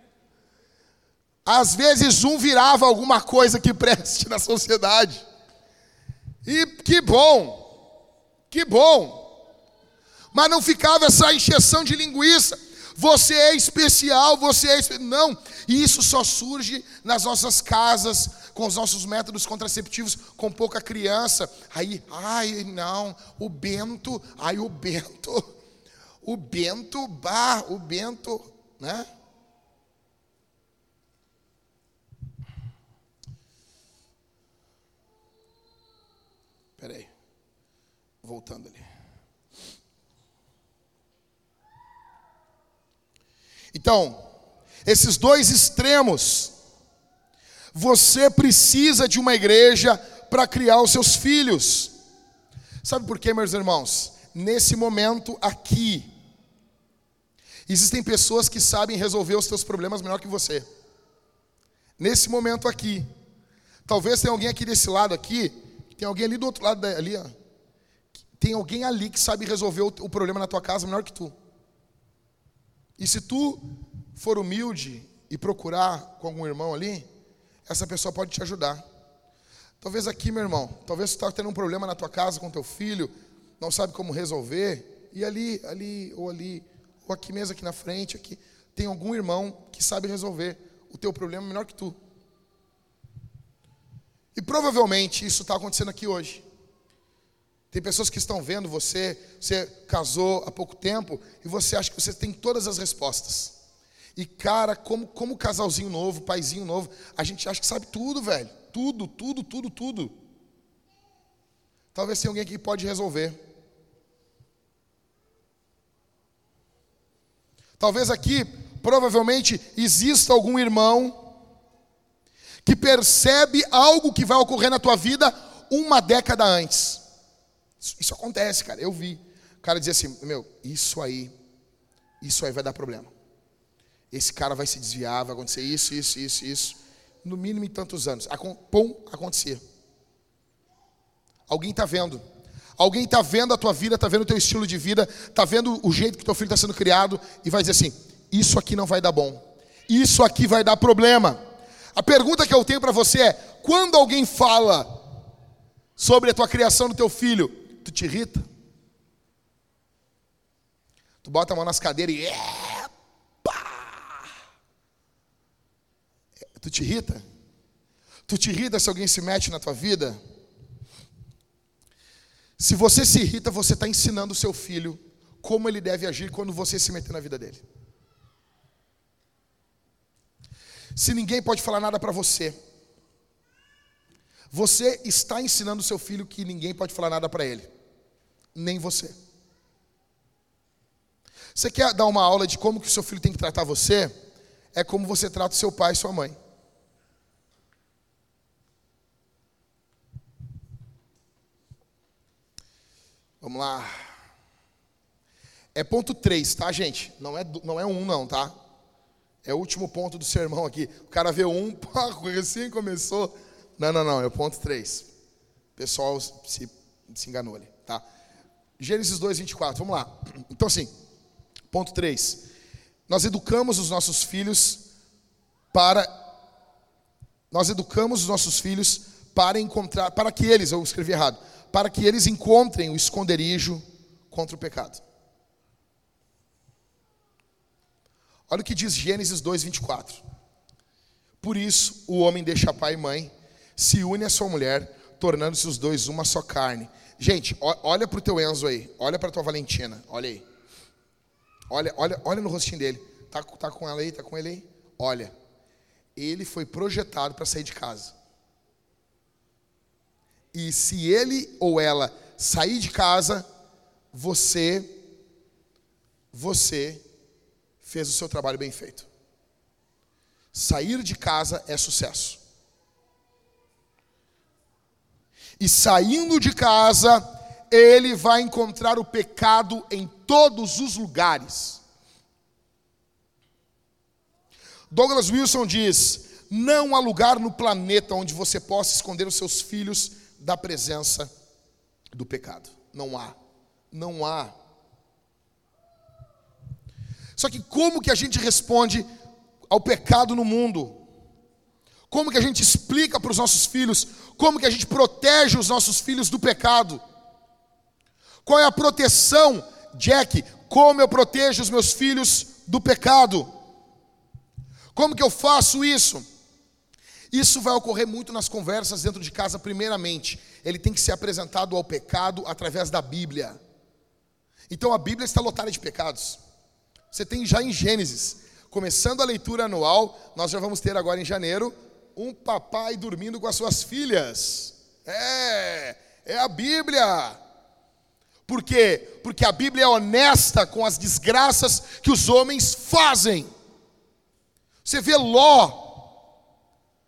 Às vezes um virava alguma coisa que preste na sociedade. E que bom, que bom. Mas não ficava essa encheção de linguiça. Você é especial, você é especial. Não, e isso só surge nas nossas casas, com os nossos métodos contraceptivos, com pouca criança. Aí, ai, não, o Bento, ai, o Bento, o Bento, bah, o Bento, né? Peraí, voltando ali. Então, esses dois extremos, você precisa de uma igreja para criar os seus filhos. Sabe por quê, meus irmãos? Nesse momento aqui, existem pessoas que sabem resolver os teus problemas melhor que você. Nesse momento aqui. Talvez tenha alguém aqui desse lado aqui, tem alguém ali do outro lado ali, ó. Tem alguém ali que sabe resolver o, o problema na tua casa melhor que tu. E se tu for humilde e procurar com algum irmão ali, essa pessoa pode te ajudar. Talvez aqui, meu irmão, talvez tu está tendo um problema na tua casa com teu filho, não sabe como resolver, e ali, ali, ou ali, ou aqui mesmo, aqui na frente, aqui, tem algum irmão que sabe resolver o teu problema melhor que tu. E provavelmente isso está acontecendo aqui hoje. Tem pessoas que estão vendo você, você casou há pouco tempo, e você acha que você tem todas as respostas. E cara, como, como casalzinho novo, paizinho novo, a gente acha que sabe tudo, velho. Tudo, tudo, tudo, tudo. Talvez tenha alguém aqui que pode resolver. Talvez aqui, provavelmente, exista algum irmão que percebe algo que vai ocorrer na tua vida uma década antes. Isso, isso acontece, cara, eu vi. O cara dizia assim, meu, isso aí, isso aí vai dar problema. Esse cara vai se desviar, vai acontecer isso, isso, isso, isso. No mínimo em tantos anos. Pum, acontecia. Alguém está vendo. Alguém está vendo a tua vida, está vendo o teu estilo de vida, está vendo o jeito que teu filho está sendo criado e vai dizer assim, isso aqui não vai dar bom. Isso aqui vai dar problema. A pergunta que eu tenho para você é, quando alguém fala sobre a tua criação do teu filho, tu te irrita? Tu bota a mão nas cadeiras e... Epa! Tu te irrita? Tu te irrita se alguém se mete na tua vida? Se você se irrita, você está ensinando o seu filho como ele deve agir quando você se meter na vida dele. Se ninguém pode falar nada para você, você está ensinando o seu filho que ninguém pode falar nada para ele, nem você. Você quer dar uma aula de como que o seu filho tem que tratar você? É como você trata o seu pai e sua mãe. Vamos lá. É ponto três, tá, gente? Não é, não é um, não, tá? É o último ponto do sermão aqui. O cara vê um, pá, recém começou. Não, não, não, é o ponto três. O pessoal se, se enganou ali, tá? Gênesis dois, vinte e quatro, vamos lá. Então assim, ponto três. Nós educamos os nossos filhos para... Nós educamos os nossos filhos para encontrar... Para que eles, eu escrevi errado. Para que eles encontrem o esconderijo contra o pecado. Olha o que diz Gênesis dois, vinte e quatro. Por isso, o homem deixa pai e mãe, se une à sua mulher, tornando-se os dois uma só carne. Gente, olha para o teu Enzo aí, olha para a tua Valentina, olha aí. Olha, olha, olha no rostinho dele. Tá, tá com ela aí, tá com ele aí? Olha, ele foi projetado para sair de casa. E se ele ou ela sair de casa, você, você... fez o seu trabalho bem feito. Sair de casa é sucesso. E saindo de casa, ele vai encontrar o pecado em todos os lugares. Douglas Wilson diz, não há lugar no planeta onde você possa esconder os seus filhos da presença do pecado. Não há. Não há. Só que como que a gente responde ao pecado no mundo? Como que a gente explica para os nossos filhos? Como que a gente protege os nossos filhos do pecado? Qual é a proteção, Jack? Como eu protejo os meus filhos do pecado? Como que eu faço isso? Isso vai ocorrer muito nas conversas dentro de casa primeiramente. Ele tem que ser apresentado ao pecado através da Bíblia. Então a Bíblia está lotada de pecados. Você tem já em Gênesis, começando a leitura anual, nós já vamos ter agora em janeiro, um papai dormindo com as suas filhas. É, é a Bíblia. Por quê? Porque a Bíblia é honesta com as desgraças que os homens fazem. Você vê Ló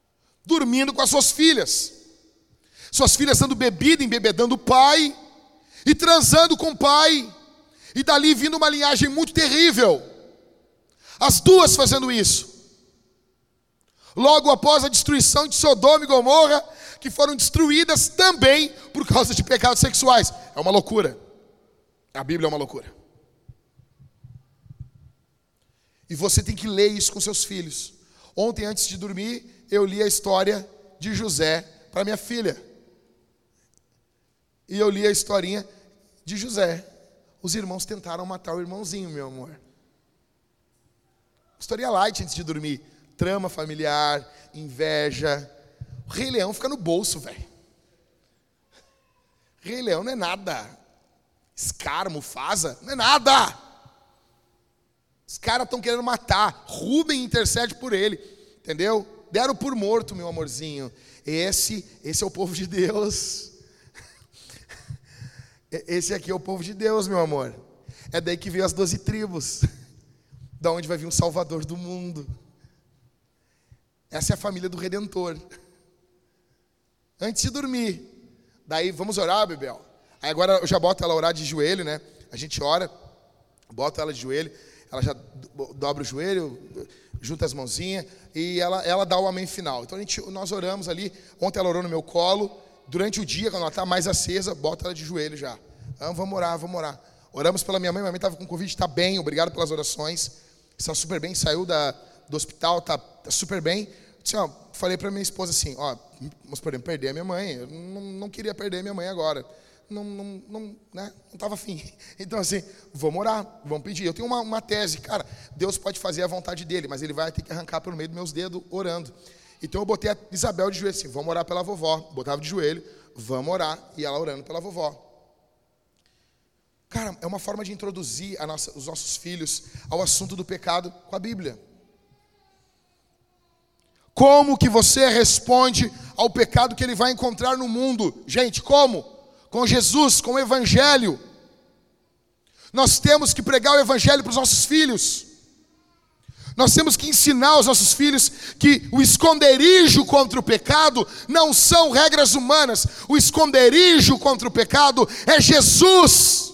dormindo com as suas filhas. Suas filhas dando bebida, embebedando o pai. e transando com o pai, e dali vindo uma linhagem muito terrível. As duas fazendo isso. Logo após a destruição de Sodoma e Gomorra, que foram destruídas também por causa de pecados sexuais. É uma loucura. A Bíblia é uma loucura. E você tem que ler isso com seus filhos. Ontem, antes de dormir, eu li a história de José para minha filha. E eu li a historinha de José. Os irmãos tentaram matar o irmãozinho, meu amor. História light antes de dormir. Trama familiar, inveja. O Rei Leão fica no bolso, velho. Rei Leão não é nada. Scar, Mufasa, não é nada. Os caras estão querendo matar. Rubem intercede por ele. Entendeu? Deram por morto, meu amorzinho. Esse, esse é o povo de Deus. Esse aqui é o povo de Deus, meu amor. É daí que veio as doze tribos. Da onde vai vir o Salvador do mundo. Essa é a família do Redentor. Antes de dormir. Daí, vamos orar, Bebel? Aí agora eu já boto ela a orar de joelho, né? A gente ora, bota ela de joelho. Ela já dobra o joelho, junta as mãozinhas. E ela, ela dá o amém final. Então a gente, nós oramos ali. Ontem ela orou no meu colo. Durante o dia, quando ela está mais acesa, bota ela de joelho já. Ah, vamos orar, vamos orar. Oramos pela minha mãe. Minha mãe estava com Covid, está bem. Obrigado pelas orações. Está super bem, saiu da, do hospital, está tá super bem. Assim, ó, falei para minha esposa assim, ó, nós podemos perder a minha mãe. Eu não, não queria perder a minha mãe agora. Não, não, não, né? Não estava afim. Então assim, vamos orar, vamos pedir. Eu tenho uma, uma tese, cara, Deus pode fazer a vontade dele, mas ele vai ter que arrancar pelo meio dos meus dedos orando. Então eu botei a Isabel de joelho assim, vamos orar pela vovó. Botava de joelho, vamos orar, e ela orando pela vovó. Cara, é uma forma de introduzir a nossa, os nossos filhos ao assunto do pecado com a Bíblia. Como que você responde ao pecado que ele vai encontrar no mundo? Gente, como? Com Jesus, com o Evangelho. Nós temos que pregar o Evangelho para os nossos filhos. Nós temos que ensinar aos nossos filhos que o esconderijo contra o pecado não são regras humanas. O esconderijo contra o pecado é Jesus.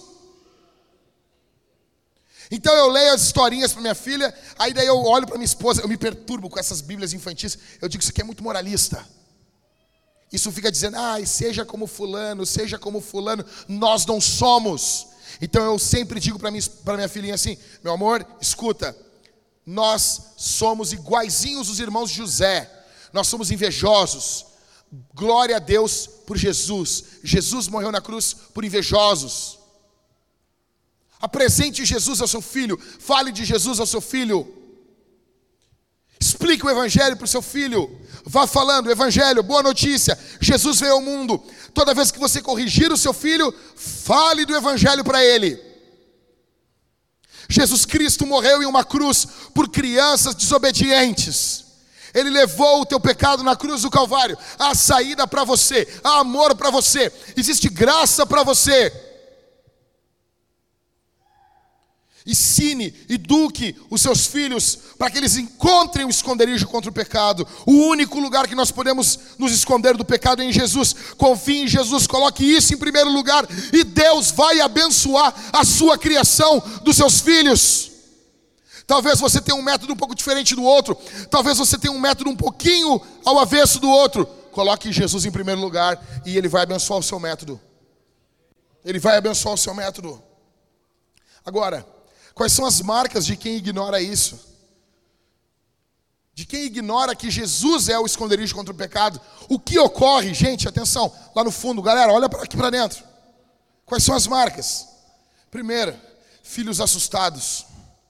Então eu leio as historinhas para minha filha, aí daí eu olho para minha esposa, eu me perturbo com essas bíblias infantis, eu digo, isso aqui é muito moralista. Isso fica dizendo, ah, seja como fulano, seja como fulano, nós não somos. Então eu sempre digo para minha, para minha filhinha assim, meu amor, escuta, nós somos iguaizinhos os irmãos de José, nós somos invejosos, glória a Deus por Jesus, Jesus morreu na cruz por invejosos. Apresente Jesus ao seu filho, fale de Jesus ao seu filho, explique o Evangelho para o seu filho, vá falando, Evangelho, boa notícia, Jesus veio ao mundo. Toda vez que você corrigir o seu filho, fale do Evangelho para ele. Jesus Cristo morreu em uma cruz por crianças desobedientes. Ele levou o teu pecado na cruz do Calvário. Há saída para você, há amor para você, existe graça para você. Ensine, eduque os seus filhos para que eles encontrem o esconderijo contra o pecado. O único lugar que nós podemos nos esconder do pecado é em Jesus. Confie em Jesus, coloque isso em primeiro lugar e Deus vai abençoar a sua criação dos seus filhos. Talvez você tenha um método um pouco diferente do outro. Talvez você tenha um método um pouquinho ao avesso do outro. Coloque Jesus em primeiro lugar e Ele vai abençoar o seu método. Ele vai abençoar o seu método. Agora, quais são as marcas de quem ignora isso? De quem ignora que Jesus é o esconderijo contra o pecado? O que ocorre, gente, atenção, lá no fundo, galera, olha aqui para dentro. Quais são as marcas? Primeira, filhos assustados.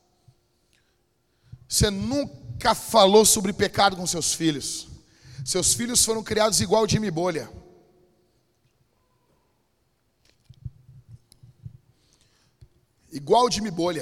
Você nunca falou sobre pecado com seus filhos. Seus filhos foram criados igual o Jimmy Bolha. Igual o Jimmy Bolha.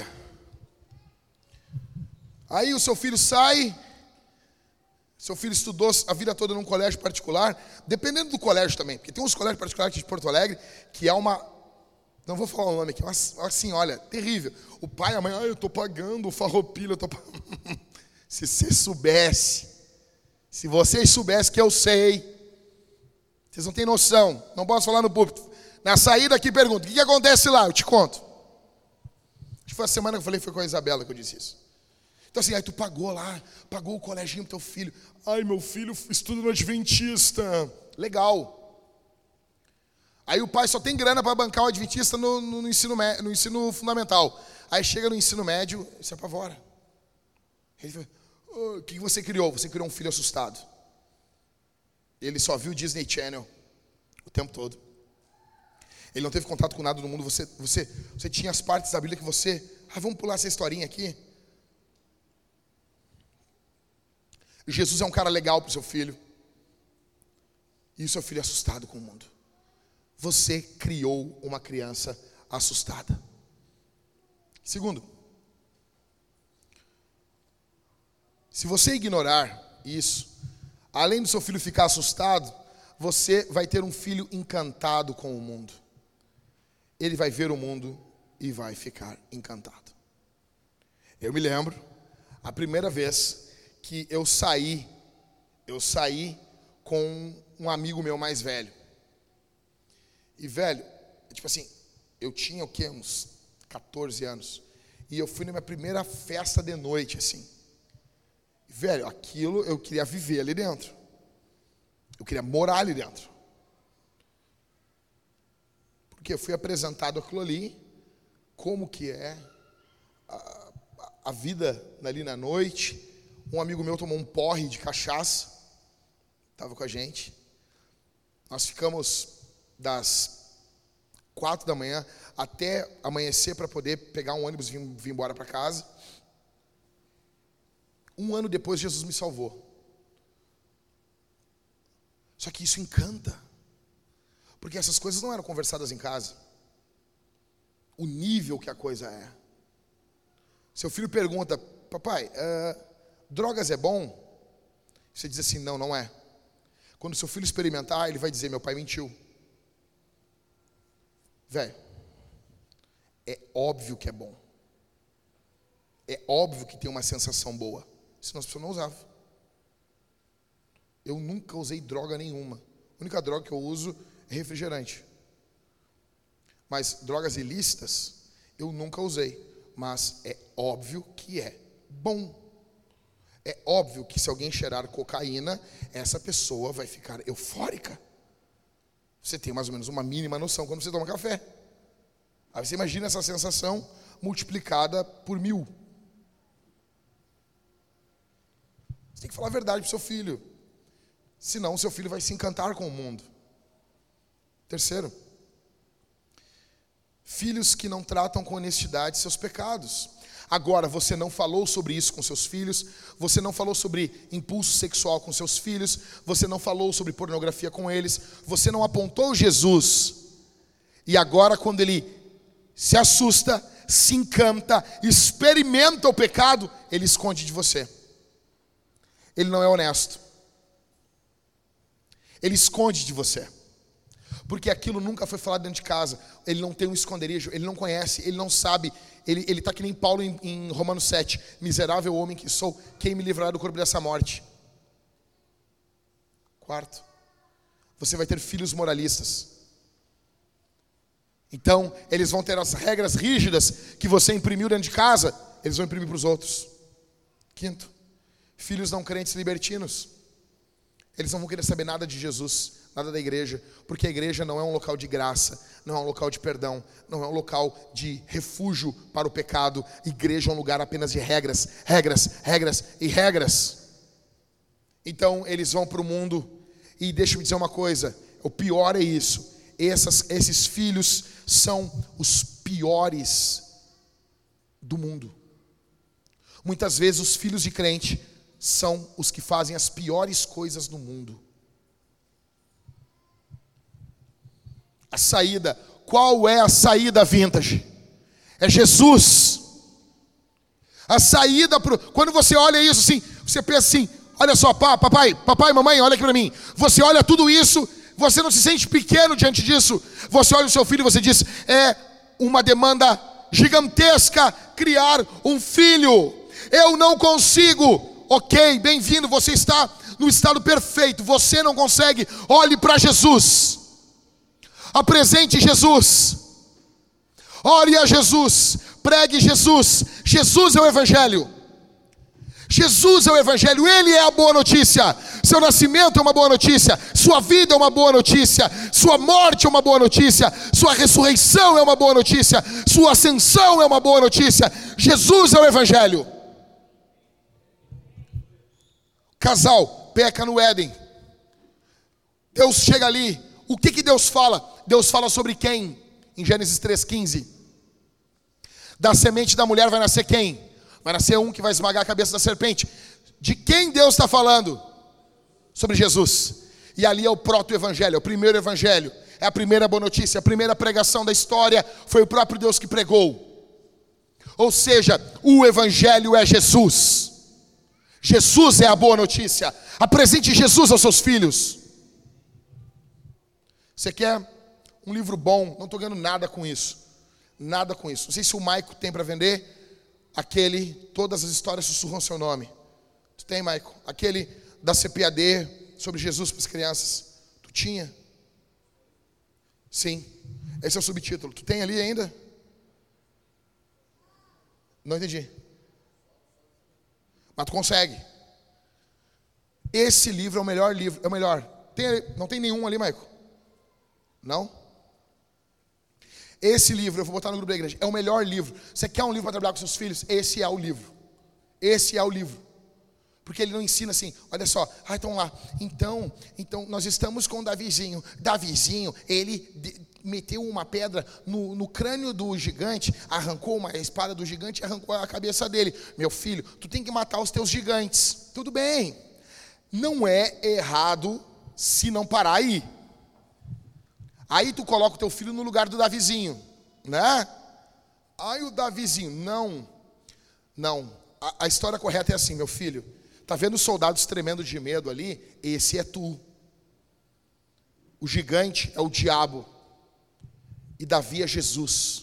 Aí o seu filho sai, seu filho estudou a vida toda num colégio particular, dependendo do colégio também, porque tem uns colégios particulares aqui de Porto Alegre, que é uma, não vou falar o nome aqui, mas assim, olha, terrível. O pai e a mãe, ah, eu estou pagando o farroupilha, eu tô pag... Se você soubesse, se vocês soubessem que eu sei, vocês não têm noção, não posso falar no púlpito, Na saída aqui pergunta, o que, que acontece lá? Eu te conto. Acho que foi a semana que eu falei, foi com a Isabela que eu disse isso. Então assim, aí tu pagou lá, pagou o coleginho pro teu filho. Ai, meu filho estuda no Adventista. Legal. Aí o pai só tem grana para bancar o Adventista no, no, no, ensino, no ensino fundamental. Aí chega no ensino médio e se apavora. Ele fala, oh, o que você criou? Você criou um filho assustado. Ele só viu o Disney Channel o tempo todo. Ele não teve contato com nada do mundo. Você, você, você tinha as partes da Bíblia que você... Ah, vamos pular essa historinha aqui. Jesus é um cara legal para o seu filho. E o seu filho é assustado com o mundo. Você criou uma criança assustada. Segundo, se você ignorar isso, além do seu filho ficar assustado, você vai ter um filho encantado com o mundo. Ele vai ver o mundo e vai ficar encantado. Eu me lembro, a primeira vez que eu saí, eu saí com um amigo meu mais velho. E velho, tipo assim, eu tinha o quê? Uns catorze anos. E eu fui na minha primeira festa de noite, assim. E, velho, aquilo eu queria viver ali dentro. Eu queria morar ali dentro. Porque eu fui apresentado aquilo ali, como que é a, a vida ali na noite. Um amigo meu tomou um porre de cachaça, estava com a gente. Nós ficamos das quatro da manhã até amanhecer para poder pegar um ônibus e vir, vir embora para casa. Um ano depois, Jesus me salvou. Só que isso encanta, porque essas coisas não eram conversadas em casa. O nível que a coisa é. Seu filho pergunta, papai, uh, drogas é bom? Você diz assim, não, não é. Quando seu filho experimentar, ele vai dizer, meu pai mentiu. Velho, é óbvio que é bom. É óbvio que tem uma sensação boa. Senão as pessoas não usavam. Eu nunca usei droga nenhuma. A única droga que eu uso é refrigerante. Mas drogas ilícitas, eu nunca usei. Mas é óbvio que é bom. É óbvio que se alguém cheirar cocaína, essa pessoa vai ficar eufórica. Você tem mais ou menos uma mínima noção quando você toma café. Aí você imagina essa sensação multiplicada por mil. Você tem que falar a verdade para o seu filho. Senão o seu filho vai se encantar com o mundo. Terceiro, filhos que não tratam com honestidade seus pecados. Agora, você não falou sobre isso com seus filhos, você não falou sobre impulso sexual com seus filhos, você não falou sobre pornografia com eles, você não apontou Jesus. E agora, quando ele se assusta, se encanta, experimenta o pecado, ele esconde de você. Ele não é honesto. Ele esconde de você. Porque aquilo nunca foi falado dentro de casa. Ele não tem um esconderijo, ele não conhece, ele não sabe. Ele ele está que nem Paulo em, em Romanos sete. Miserável homem que sou, quem me livrará do corpo dessa morte? Quarto, você vai ter filhos moralistas. Então, eles vão ter as regras rígidas que você imprimiu dentro de casa, eles vão imprimir para os outros. Quinto, filhos não crentes libertinos. Eles não vão querer saber nada de Jesus, nada da igreja, porque a igreja não é um local de graça, não é um local de perdão, não é um local de refúgio para o pecado. A igreja é um lugar apenas de regras, regras, regras e regras. Então eles vão para o mundo, e deixa eu dizer uma coisa, o pior é isso, essas, esses filhos são os piores do mundo. Muitas vezes os filhos de crente são os que fazem as piores coisas no mundo. A saída, qual é a saída vintage? É Jesus. A saída pro, quando você olha isso assim, você pensa assim, olha só, pá, papai, papai, mamãe, olha aqui para mim. Você olha tudo isso, você não se sente pequeno diante disso. Você olha o seu filho e você diz, é uma demanda gigantesca criar um filho. Eu não consigo. Ok, bem-vindo, você está no estado perfeito. Você não consegue, olhe para Jesus. Apresente Jesus. Ore a Jesus. Pregue Jesus. Jesus é o Evangelho. Jesus é o Evangelho, Ele é a boa notícia. Seu nascimento é uma boa notícia, sua vida é uma boa notícia, sua morte é uma boa notícia, sua ressurreição é uma boa notícia, sua ascensão é uma boa notícia. Jesus é o Evangelho. Casal peca no Éden. Deus chega ali. O que que Deus fala? Deus fala sobre quem? Em Gênesis três, quinze. Da semente da mulher vai nascer quem? Vai nascer um que vai esmagar a cabeça da serpente. De quem Deus está falando? Sobre Jesus. E ali é o proto-evangelho, é o primeiro evangelho. É a primeira boa notícia, a primeira pregação da história foi o próprio Deus que pregou. Ou seja, o evangelho é Jesus. Jesus é a boa notícia. Apresente Jesus aos seus filhos. Você quer um livro bom? Não estou ganhando nada com isso. Nada com isso. Não sei se o Maico tem para vender. Aquele, todas as histórias sussurram seu nome. Tu tem, Maico? Aquele da C P A D, sobre Jesus para as crianças. Tu tinha? Sim. Esse é o subtítulo. Tu tem ali ainda? Não entendi. Mas tu consegue. Esse livro é o melhor livro. É o melhor. Tem, não tem nenhum ali, Maico? Não? Esse livro, eu vou botar no grupo da igreja, é o melhor livro. Você quer um livro para trabalhar com seus filhos? Esse é o livro. Esse é o livro. Porque ele não ensina assim, olha só, ah, então lá, então, então nós estamos com o Davizinho. Davizinho, ele de, meteu uma pedra no, no crânio do gigante, arrancou uma espada do gigante e arrancou a cabeça dele. Meu filho, tu tem que matar os teus gigantes. Tudo bem. Não é errado se não parar aí. Aí tu coloca o teu filho no lugar do Davizinho, né? Aí o Davizinho, não, não. A, a história correta é assim, meu filho. Tá vendo os soldados tremendo de medo ali? Esse é tu. O gigante é o diabo. E Davi é Jesus.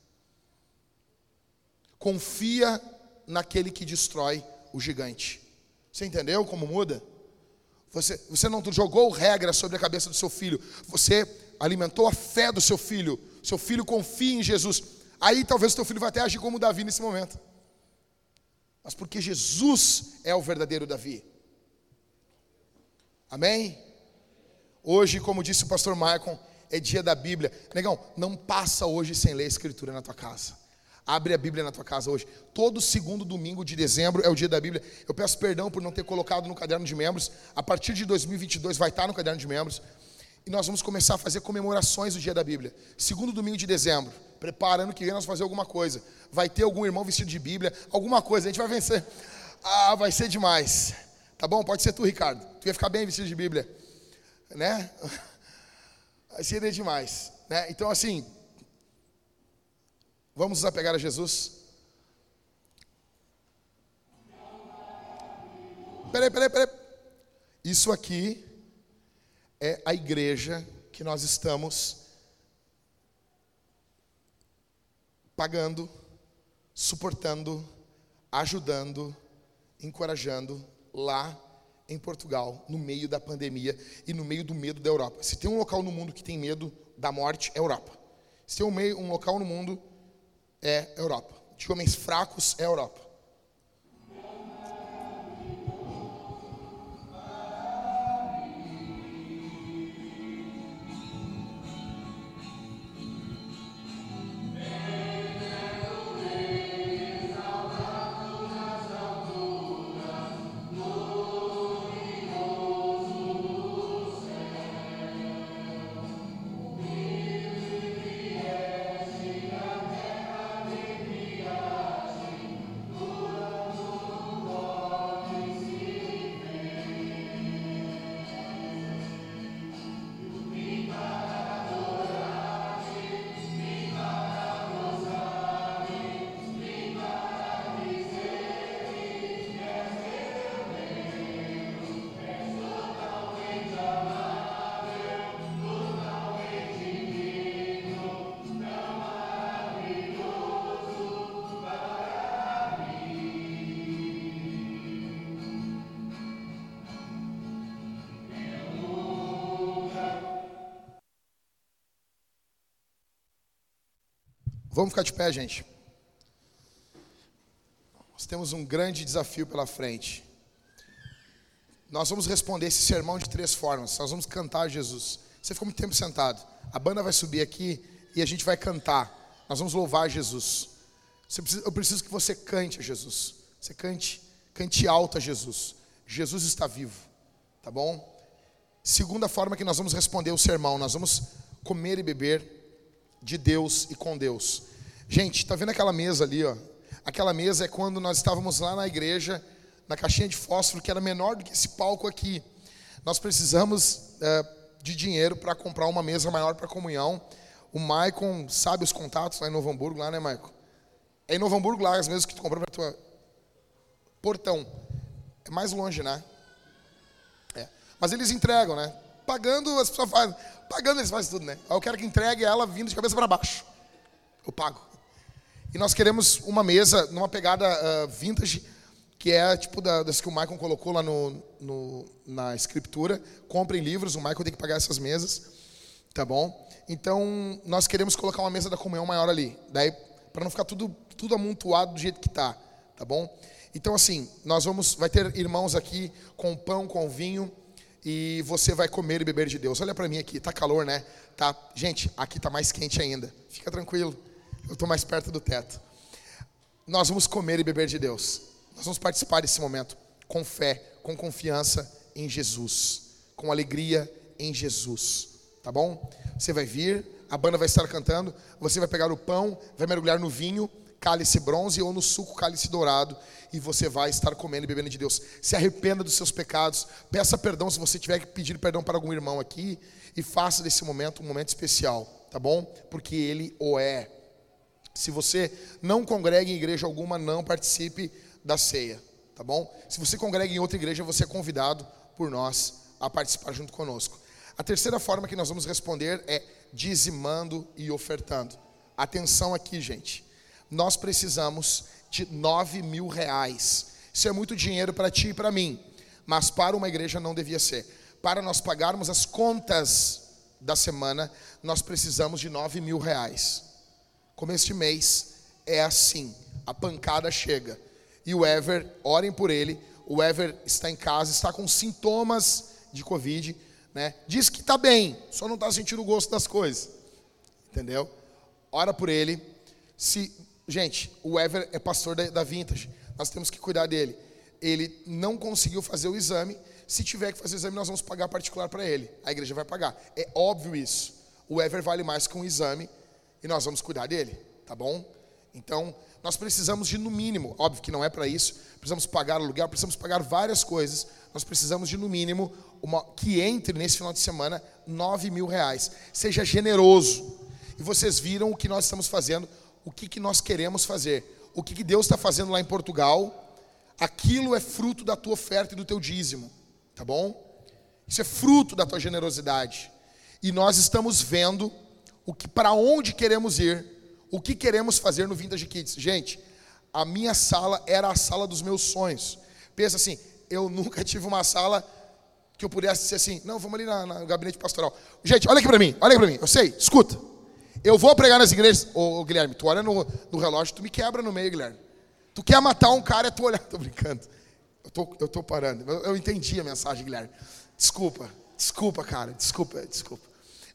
Confia naquele que destrói o gigante. Você entendeu como muda? Você, você não jogou regra sobre a cabeça do seu filho. Você alimentou a fé do seu filho. Seu filho confia em Jesus. Aí talvez o teu filho vai até agir como Davi nesse momento. Mas porque Jesus é o verdadeiro Davi. Amém? Hoje, como disse o pastor Maicon, é dia da Bíblia. Negão, não passa hoje sem ler a Escritura na tua casa. Abre a Bíblia na tua casa hoje. Todo segundo domingo de dezembro é o dia da Bíblia. Eu peço perdão por não ter colocado no caderno de membros. A partir de dois mil e vinte e dois vai estar no caderno de membros. E nós vamos começar a fazer comemorações do dia da Bíblia. Segundo domingo de dezembro. Prepara, ano que vem nós vamos fazer alguma coisa. Vai ter algum irmão vestido de Bíblia. Alguma coisa, a gente vai vencer. Ah, vai ser demais. Tá bom? Pode ser tu, Ricardo. Tu ia ficar bem vestido de Bíblia. Né? Vai ser demais. Né? Então assim, vamos nos apegar a Jesus. Peraí, peraí, peraí. Isso aqui é a igreja que nós estamos pagando, suportando, ajudando, encorajando lá em Portugal, no meio da pandemia e no meio do medo da Europa. Se tem um local no mundo que tem medo da morte, é a Europa. Se tem um, meio, um local no mundo, é a Europa. De homens fracos, é a Europa. Vamos ficar de pé, gente. Nós temos um grande desafio pela frente. Nós vamos responder esse sermão de três formas. Nós vamos cantar Jesus. Você ficou muito tempo sentado. A banda vai subir aqui e a gente vai cantar. Nós vamos louvar Jesus. Você precisa, eu preciso que você cante a Jesus. Você cante, cante alto a Jesus. Jesus está vivo, tá bom? Segunda forma que nós vamos responder o sermão. Nós vamos comer e beber de Deus e com Deus. Gente, tá vendo aquela mesa ali, ó? Aquela mesa é quando nós estávamos lá na igreja, na caixinha de fósforo, que era menor do que esse palco aqui. Nós precisamos é, de dinheiro para comprar uma mesa maior para comunhão. O Maicon sabe os contatos lá em Novo Hamburgo, lá, né, Maicon? É em Novo Hamburgo lá as mesas que tu comprou para tua Portão. É mais longe, né? É. Mas eles entregam, né? Pagando, as pessoas fazem. Pagando, eles fazem tudo, né? Eu quero que entregue ela vindo de cabeça para baixo. Eu pago. E nós queremos uma mesa numa pegada uh, vintage, que é tipo da, das que o Maicon colocou lá no, no, na escritura. Comprem livros, o Maicon tem que pagar essas mesas. Tá bom? Então, nós queremos colocar uma mesa da comunhão maior ali. Daí, para não ficar tudo, tudo amontoado do jeito que tá. Tá bom? Então, assim, nós vamos, vai ter irmãos aqui com pão, com vinho, e você vai comer e beber de Deus. Olha para mim aqui, tá calor, né? Tá, gente, aqui tá mais quente ainda. Fica tranquilo, eu tô mais perto do teto. Nós vamos comer e beber de Deus. Nós vamos participar desse momento com fé, com confiança em Jesus, com alegria em Jesus, tá bom? Você vai vir, a banda vai estar cantando, você vai pegar o pão, vai mergulhar no vinho, cálice bronze, ou no suco cálice dourado, e você vai estar comendo e bebendo de Deus. Se arrependa dos seus pecados, peça perdão se você tiver que pedir perdão para algum irmão aqui, e faça desse momento um momento especial, tá bom? Porque ele o é. Se você não congrega em igreja alguma, não participe da ceia, tá bom? Se você congrega em outra igreja, você é convidado por nós a participar junto conosco. A terceira forma que nós vamos responder é dizimando e ofertando. Atenção aqui, gente. Nós precisamos de nove mil reais. Isso é muito dinheiro para ti e para mim, mas para uma igreja não devia ser. Para nós pagarmos as contas da semana, nós precisamos de nove mil reais. Começo de mês é assim, a pancada chega. E o Ever, orem por ele, o Ever está em casa, está com sintomas de Covid, né? Diz que está bem, só não está sentindo o gosto das coisas, entendeu? Ora por ele. Se, gente, o Ever é pastor da, da Vintage, nós temos que cuidar dele. Ele não conseguiu fazer o exame, se tiver que fazer o exame, nós vamos pagar particular para ele, a igreja vai pagar, é óbvio isso. O Ever vale mais que um exame, e nós vamos cuidar dele, tá bom? Então, nós precisamos de, no mínimo, óbvio que não é para isso, precisamos pagar aluguel, precisamos pagar várias coisas, nós precisamos de, no mínimo, uma, que entre nesse final de semana, nove mil reais. Seja generoso. E vocês viram o que nós estamos fazendo, o que, que nós queremos fazer, o que, que Deus está fazendo lá em Portugal. Aquilo é fruto da tua oferta e do teu dízimo, tá bom? Isso é fruto da tua generosidade. E nós estamos vendo o que, para onde queremos ir, o que queremos fazer no Vintage Kids. Gente, a minha sala era a sala dos meus sonhos. Pensa assim, eu nunca tive uma sala que eu pudesse ser assim, não, vamos ali na, na, no gabinete pastoral. Gente, olha aqui para mim, olha aqui para mim, eu sei, escuta. Eu vou pregar nas igrejas, ô, ô Guilherme, tu olha no, no relógio, tu me quebra no meio, Guilherme. Tu quer matar um cara, é tu olhar, tô brincando. Eu tô, eu tô parando, eu, eu entendi a mensagem, Guilherme. Desculpa, desculpa, cara, desculpa, desculpa.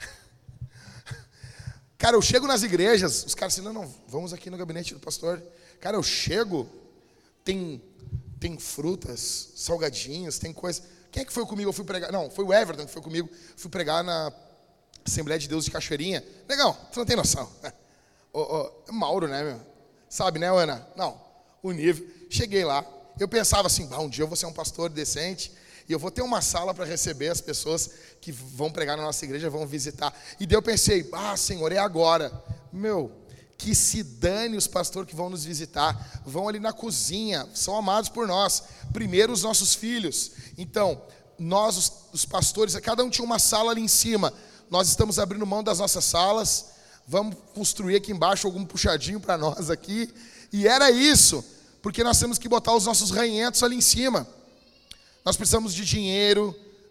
Cara, eu chego nas igrejas, os caras assim, não, não, vamos aqui no gabinete do pastor. Cara, eu chego, tem, tem frutas, salgadinhos, tem coisa. Quem é que foi comigo? Eu fui pregar, não, foi o Everton que foi comigo. Fui pregar na Assembleia de Deus de Cachoeirinha. Legal, tu não tem noção. Ô, ô, Mauro, né, meu? Sabe, né, Ana? Não, o nível. Cheguei lá, eu pensava assim, bah, um dia eu vou ser um pastor decente, e eu vou ter uma sala para receber as pessoas que vão pregar na nossa igreja, vão visitar. E daí eu pensei, ah, Senhor, é agora. Meu, que se dane os pastores que vão nos visitar. Vão ali na cozinha, são amados por nós. Primeiro os nossos filhos. Então, nós, os, os pastores, cada um tinha uma sala ali em cima. Nós estamos abrindo mão das nossas salas. Vamos construir aqui embaixo algum puxadinho para nós aqui. E era isso, porque nós temos que botar os nossos ranhentos ali em cima. Nós precisamos de dinheiro,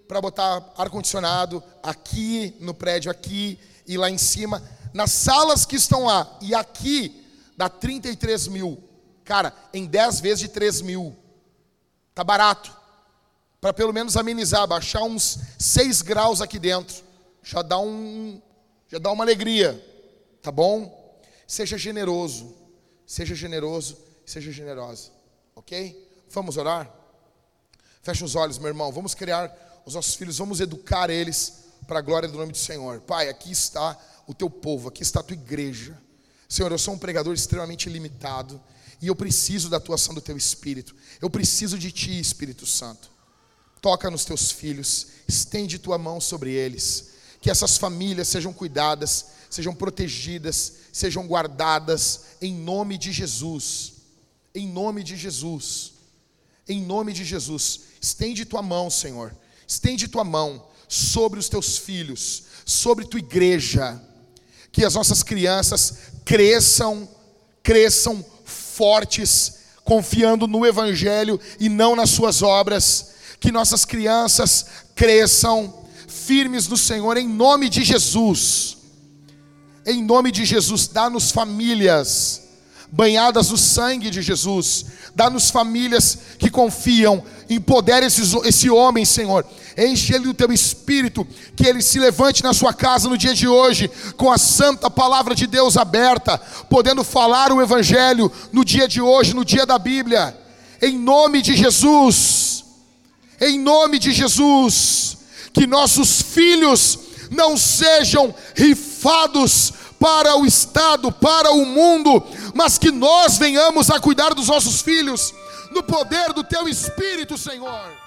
para botar ar-condicionado aqui no prédio, aqui e lá em cima, nas salas que estão lá, e aqui dá trinta e três mil. Cara, em dez vezes de três mil. Tá barato. Para pelo menos amenizar, baixar uns seis graus aqui dentro. Já dá um, já dá uma alegria. Tá bom? Seja generoso. Seja generoso, seja generosa. Ok? Vamos orar? Fecha os olhos, meu irmão. Vamos criar os nossos filhos, vamos educar eles para a glória do nome do Senhor. Pai, aqui está o teu povo, aqui está a tua igreja. Senhor, eu sou um pregador extremamente limitado e eu preciso da atuação do teu Espírito. Eu preciso de ti, Espírito Santo. Toca nos teus filhos, estende tua mão sobre eles. Que essas famílias sejam cuidadas, sejam protegidas, sejam guardadas em nome de Jesus. Em nome de Jesus. Em nome de Jesus. Estende tua mão, Senhor. Estende tua mão sobre os teus filhos, sobre tua igreja. Que as nossas crianças cresçam, cresçam fortes, confiando no Evangelho e não nas suas obras. Que nossas crianças cresçam firmes no Senhor, em nome de Jesus. Em nome de Jesus, dá-nos famílias banhadas no sangue de Jesus. Dá-nos famílias que confiam. Empodera esse, esse homem, Senhor. Enche ele do teu Espírito. Que ele se levante na sua casa no dia de hoje, com a santa palavra de Deus aberta, podendo falar o Evangelho no dia de hoje, no dia da Bíblia. Em nome de Jesus. Em nome de Jesus. Que nossos filhos não sejam rifados para o Estado, para o mundo, mas que nós venhamos a cuidar dos nossos filhos, no poder do teu Espírito, Senhor.